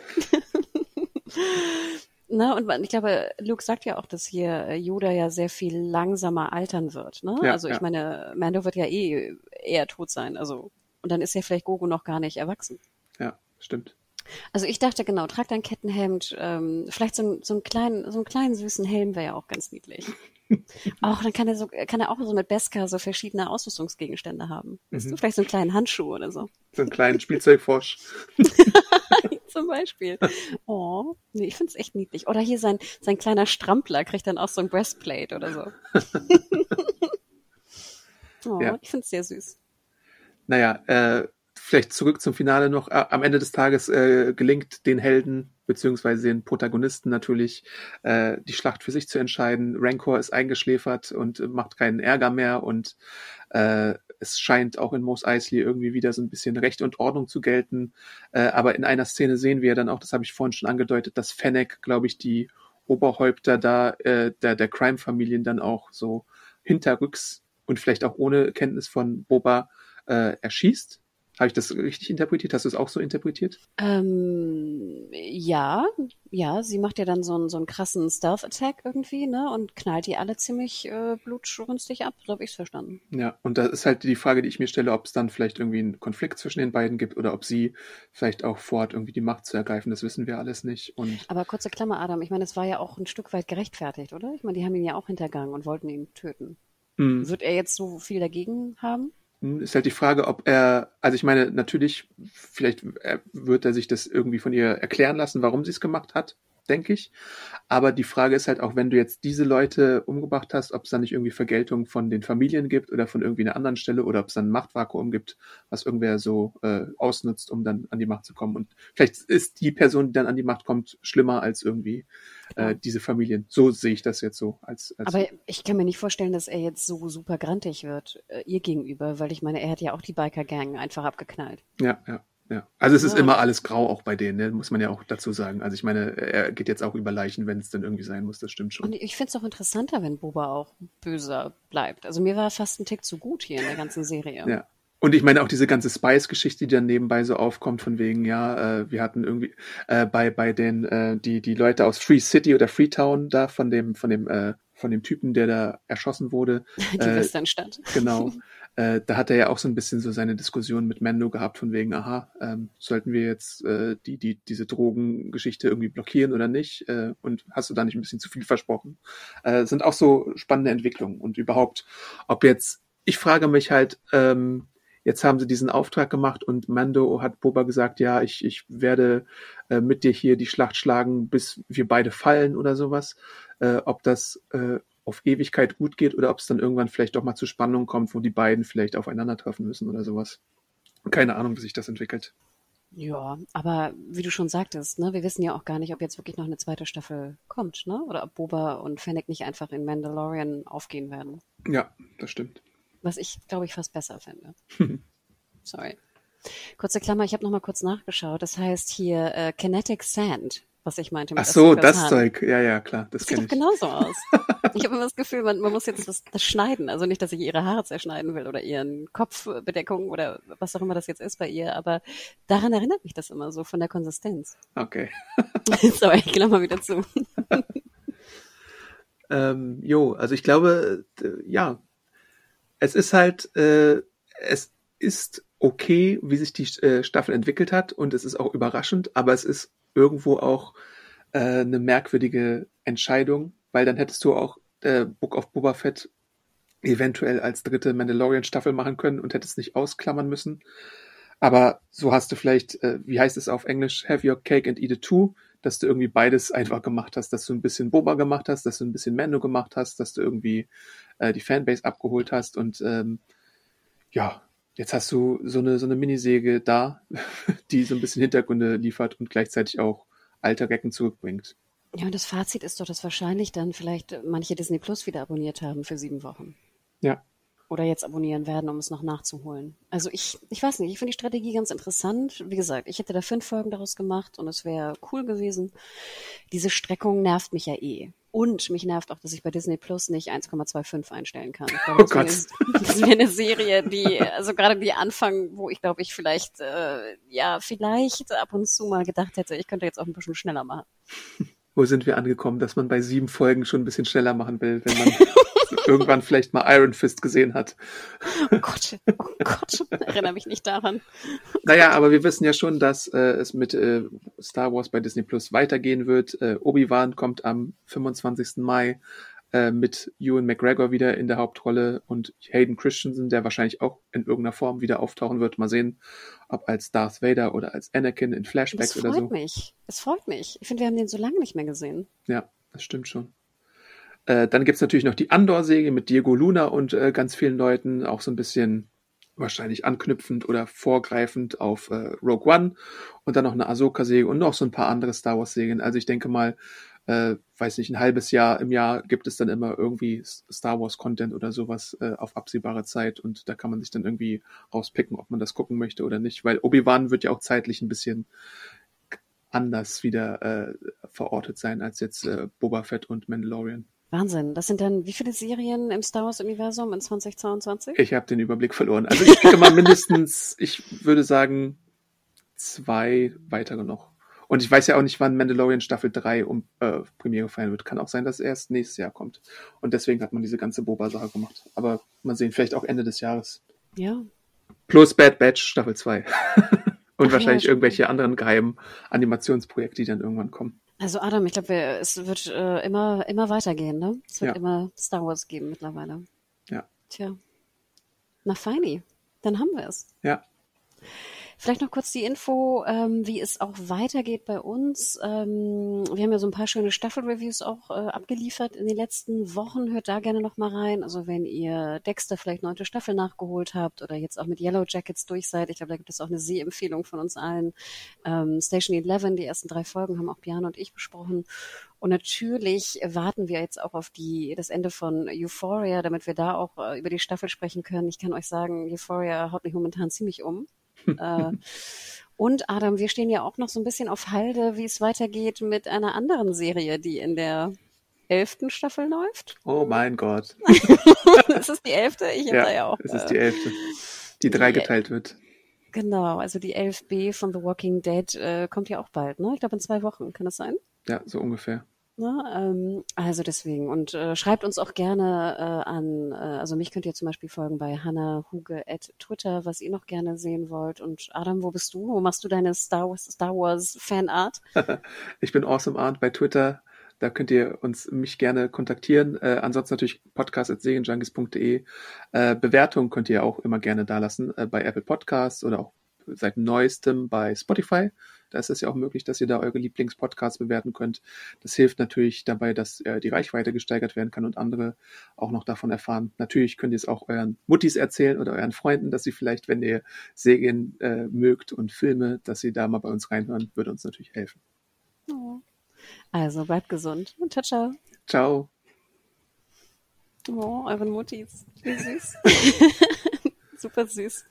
Ne? Und ich glaube, Luke sagt ja auch, dass hier Yoda ja sehr viel langsamer altern wird. Ne? Ja, Also ich ja. meine, Mando wird ja eh eher tot sein. Also und dann ist ja vielleicht Grogu noch gar nicht erwachsen. Ja, stimmt. Also ich dachte genau, trag dein Kettenhemd, vielleicht so einen kleinen süßen Helm wäre ja auch ganz niedlich. Auch dann kann er auch so mit Beskar so verschiedene Ausrüstungsgegenstände haben. Weißt du, vielleicht so einen kleinen Handschuh oder so. So einen kleinen Spielzeugfrosch. Zum Beispiel. Oh, nee, ich find's echt niedlich. Oder hier sein kleiner Strampler kriegt dann auch so ein Breastplate oder so. Oh, Ja. ich find's sehr süß. Naja, vielleicht zurück zum Finale noch. Am Ende des Tages gelingt den Helden beziehungsweise den Protagonisten natürlich, die Schlacht für sich zu entscheiden. Rancor ist eingeschläfert und macht keinen Ärger mehr und es scheint auch in Mos Eisley irgendwie wieder so ein bisschen Recht und Ordnung zu gelten. Aber in einer Szene sehen wir dann auch, das habe ich vorhin schon angedeutet, dass Fennec, glaube ich, die Oberhäupter da der Crime-Familien dann auch so hinterrücks und vielleicht auch ohne Kenntnis von Boba erschießt. Habe ich das richtig interpretiert? Hast du es auch so interpretiert? Ja, sie macht ja dann so einen krassen Stealth-Attack irgendwie, ne, und knallt die alle ziemlich blutrünstig ab, so habe ich's verstanden. Ja, und da ist halt die Frage, die ich mir stelle, ob es dann vielleicht irgendwie einen Konflikt zwischen den beiden gibt oder ob sie vielleicht auch vorhat, irgendwie die Macht zu ergreifen. Das wissen wir alles nicht. Und Aber kurze Klammer, Adam, ich meine, es war ja auch ein Stück weit gerechtfertigt, oder? Ich meine, die haben ihn ja auch hintergangen und wollten ihn töten. Wird er jetzt so viel dagegen haben? ist halt die Frage, ob also ich meine, natürlich, vielleicht wird er sich das irgendwie von ihr erklären lassen, warum sie es gemacht hat, denke ich. Aber die Frage ist halt auch, wenn du jetzt diese Leute umgebracht hast, ob es dann nicht irgendwie Vergeltung von den Familien gibt oder von irgendwie einer anderen Stelle oder ob es dann ein Machtvakuum gibt, was irgendwer so ausnutzt, um dann an die Macht zu kommen. Und vielleicht ist die Person, die dann an die Macht kommt, schlimmer als irgendwie diese Familien. So sehe ich das jetzt so. Aber ich kann mir nicht vorstellen, dass er jetzt so super grantig wird ihr gegenüber, weil ich meine, er hat ja auch die Biker-Gang einfach abgeknallt. Ja. Also es ist immer alles grau auch bei denen, ne? Muss man ja auch dazu sagen. Also ich meine, er geht jetzt auch über Leichen, wenn es dann irgendwie sein muss, das stimmt schon. Und ich finde es auch interessanter, wenn Boba auch böser bleibt. Also mir war fast ein Tick zu gut hier in der ganzen Serie. Ja. Und ich meine auch diese ganze Spice-Geschichte, die dann nebenbei so aufkommt, von wegen, ja, wir hatten irgendwie bei den die Leute aus Free City oder Freetown da von dem Typen, der da erschossen wurde. Die Westernstadt. Genau. Da hat er ja auch so ein bisschen so seine Diskussion mit Mando gehabt, von wegen, sollten wir jetzt diese Drogengeschichte irgendwie blockieren oder nicht? Und hast du da nicht ein bisschen zu viel versprochen? Sind auch so spannende Entwicklungen. Und überhaupt, ich frage mich halt, jetzt haben sie diesen Auftrag gemacht und Mando hat Boba gesagt, ja, ich werde mit dir hier die Schlacht schlagen, bis wir beide fallen oder sowas. Ob das auf Ewigkeit gut geht oder ob es dann irgendwann vielleicht doch mal zu Spannungen kommt, wo die beiden vielleicht aufeinandertreffen müssen oder sowas. Keine Ahnung, wie sich das entwickelt. Ja, aber wie du schon sagtest, ne, wir wissen ja auch gar nicht, ob jetzt wirklich noch eine zweite Staffel kommt, ne? Oder ob Boba und Fennec nicht einfach in Mandalorian aufgehen werden. Ja, das stimmt. Was ich, glaube ich, fast besser fände. Sorry. Kurze Klammer, ich habe noch mal kurz nachgeschaut. Das heißt hier Kinetic Sand, was ich meinte. Ach so, Ahsokas das Hand. Zeug. Ja, klar, das Das sieht kenne doch ich. genauso aus. Ich habe immer das Gefühl, man muss jetzt das schneiden. Also nicht, dass ich ihre Haare zerschneiden will oder ihren Kopfbedeckung oder was auch immer das jetzt ist bei ihr, aber daran erinnert mich das immer so von der Konsistenz. Okay. Sorry, ich klammer wieder zu. Also ich glaube, ja, es ist halt, es ist okay, wie sich die Staffel entwickelt hat und es ist auch überraschend, aber es ist irgendwo auch eine merkwürdige Entscheidung, weil dann hättest du auch Book of Boba Fett eventuell als dritte Mandalorian-Staffel machen können und hättest nicht ausklammern müssen. Aber so hast du vielleicht, wie heißt es auf Englisch, have your cake and eat it too, dass du irgendwie beides einfach gemacht hast, dass du ein bisschen Boba gemacht hast, dass du ein bisschen Mando gemacht hast, dass du irgendwie die Fanbase abgeholt hast und jetzt hast du so eine Minisäge da, die so ein bisschen Hintergründe liefert und gleichzeitig auch alte Recken zurückbringt. Ja, und das Fazit ist doch, dass wahrscheinlich dann vielleicht manche Disney Plus wieder abonniert haben für 7 Wochen. Ja. Oder jetzt abonnieren werden, um es noch nachzuholen. Also ich weiß nicht, ich finde die Strategie ganz interessant. Wie gesagt, ich hätte da 5 Folgen daraus gemacht und es wäre cool gewesen. Diese Streckung nervt mich ja eh. Und mich nervt auch, dass ich bei Disney Plus nicht 1,25 einstellen kann. Ich glaube, das wäre eine Serie, also gerade die Anfang, wo ich glaube, ich vielleicht ab und zu mal gedacht hätte, ich könnte jetzt auch ein bisschen schneller machen. Wo sind wir angekommen, dass man bei 7 Folgen schon ein bisschen schneller machen will, wenn man irgendwann vielleicht mal Iron Fist gesehen hat. Oh Gott, erinnere mich nicht daran. Naja, aber wir wissen ja schon, dass es mit Star Wars bei Disney Plus weitergehen wird. Obi-Wan kommt am 25. Mai mit Ewan McGregor wieder in der Hauptrolle und Hayden Christensen, der wahrscheinlich auch in irgendeiner Form wieder auftauchen wird. Mal sehen, ob als Darth Vader oder als Anakin in Flashbacks oder so. Es freut mich. Ich finde, wir haben den so lange nicht mehr gesehen. Ja, das stimmt schon. Dann gibt's natürlich noch die Andor-Serie mit Diego Luna und ganz vielen Leuten, auch so ein bisschen wahrscheinlich anknüpfend oder vorgreifend auf Rogue One und dann noch eine Ahsoka-Serie und noch so ein paar andere Star Wars-Serien. Also ich denke mal, weiß nicht, ein halbes Jahr im Jahr gibt es dann immer irgendwie Star Wars-Content oder sowas auf absehbare Zeit und da kann man sich dann irgendwie rauspicken, ob man das gucken möchte oder nicht, weil Obi-Wan wird ja auch zeitlich ein bisschen anders wieder verortet sein als jetzt Boba Fett und Mandalorian. Wahnsinn. Das sind dann wie viele Serien im Star Wars-Universum in 2022? Ich habe den Überblick verloren. Also ich denke mal mindestens, ich würde sagen, 2 weitere noch. Und ich weiß ja auch nicht, wann Mandalorian Staffel 3 Premiere feiern wird. Kann auch sein, dass es erst nächstes Jahr kommt. Und deswegen hat man diese ganze Boba-Sache gemacht. Aber mal sehen, vielleicht auch Ende des Jahres. Ja. Plus Bad Batch Staffel 2. Und wahrscheinlich ja, irgendwelche anderen geheimen Animationsprojekte, die dann irgendwann kommen. Also Adam, ich glaube, es wird immer weitergehen, ne? Es wird immer Star Wars geben mittlerweile. Ja. Tja. Na feini, dann haben wir es. Ja. Vielleicht noch kurz die Info, wie es auch weitergeht bei uns. Wir haben ja so ein paar schöne Staffelreviews auch abgeliefert in den letzten Wochen. Hört da gerne noch mal rein. Also wenn ihr Dexter vielleicht 9. Staffel nachgeholt habt oder jetzt auch mit Yellow Jackets durch seid. Ich glaube, da gibt es auch eine Sehempfehlung von uns allen. Station 11, die ersten 3 Folgen haben auch Björn und ich besprochen. Und natürlich warten wir jetzt auch auf das Ende von Euphoria, damit wir da auch über die Staffel sprechen können. Ich kann euch sagen, Euphoria haut mich momentan ziemlich um. Und Adam, wir stehen ja auch noch so ein bisschen auf Halde, wie es weitergeht mit einer anderen Serie, die in der 11. Staffel läuft. Oh mein Gott. Ist es die 11.? Ich habe da ja auch. Es ist die 11., die 3 geteilt wird. Genau, also die 11b von The Walking Dead kommt ja auch bald, ne? Ich glaube in 2 Wochen, kann das sein? Ja, so ungefähr. Na, also deswegen. Und schreibt uns auch gerne an, also mich könnt ihr zum Beispiel folgen bei Hannah Huge @Twitter, was ihr noch gerne sehen wollt. Und Adam, wo bist du? Wo machst du deine Star Wars Fanart? Ich bin Awesome Art bei Twitter. Da könnt ihr mich gerne kontaktieren. Ansonsten natürlich podcast@serienjunkies.de. Bewertungen könnt ihr auch immer gerne dalassen bei Apple Podcasts oder auch seit neuestem bei Spotify. Da ist es ja auch möglich, dass ihr da eure Lieblingspodcasts bewerten könnt. Das hilft natürlich dabei, dass die Reichweite gesteigert werden kann und andere auch noch davon erfahren. Natürlich könnt ihr es auch euren Muttis erzählen oder euren Freunden, dass sie vielleicht, wenn ihr Serien mögt und Filme, dass sie da mal bei uns reinhören, würde uns natürlich helfen. Oh. Also bleibt gesund und ciao, ciao. Ciao. Oh, euren Muttis. Wie süß. Super süß.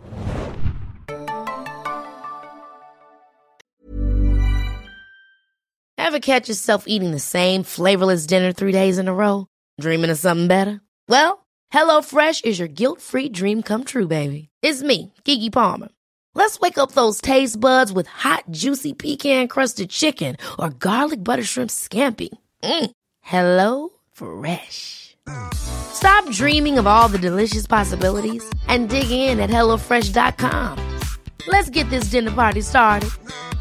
Ever catch yourself eating the same flavorless dinner 3 days in a row? Dreaming of something better? Well, HelloFresh is your guilt-free dream come true, baby. It's me, Keke Palmer. Let's wake up those taste buds with hot, juicy pecan-crusted chicken or garlic butter shrimp scampi. Hello Fresh. Stop dreaming of all the delicious possibilities and dig in at HelloFresh.com. Let's get this dinner party started.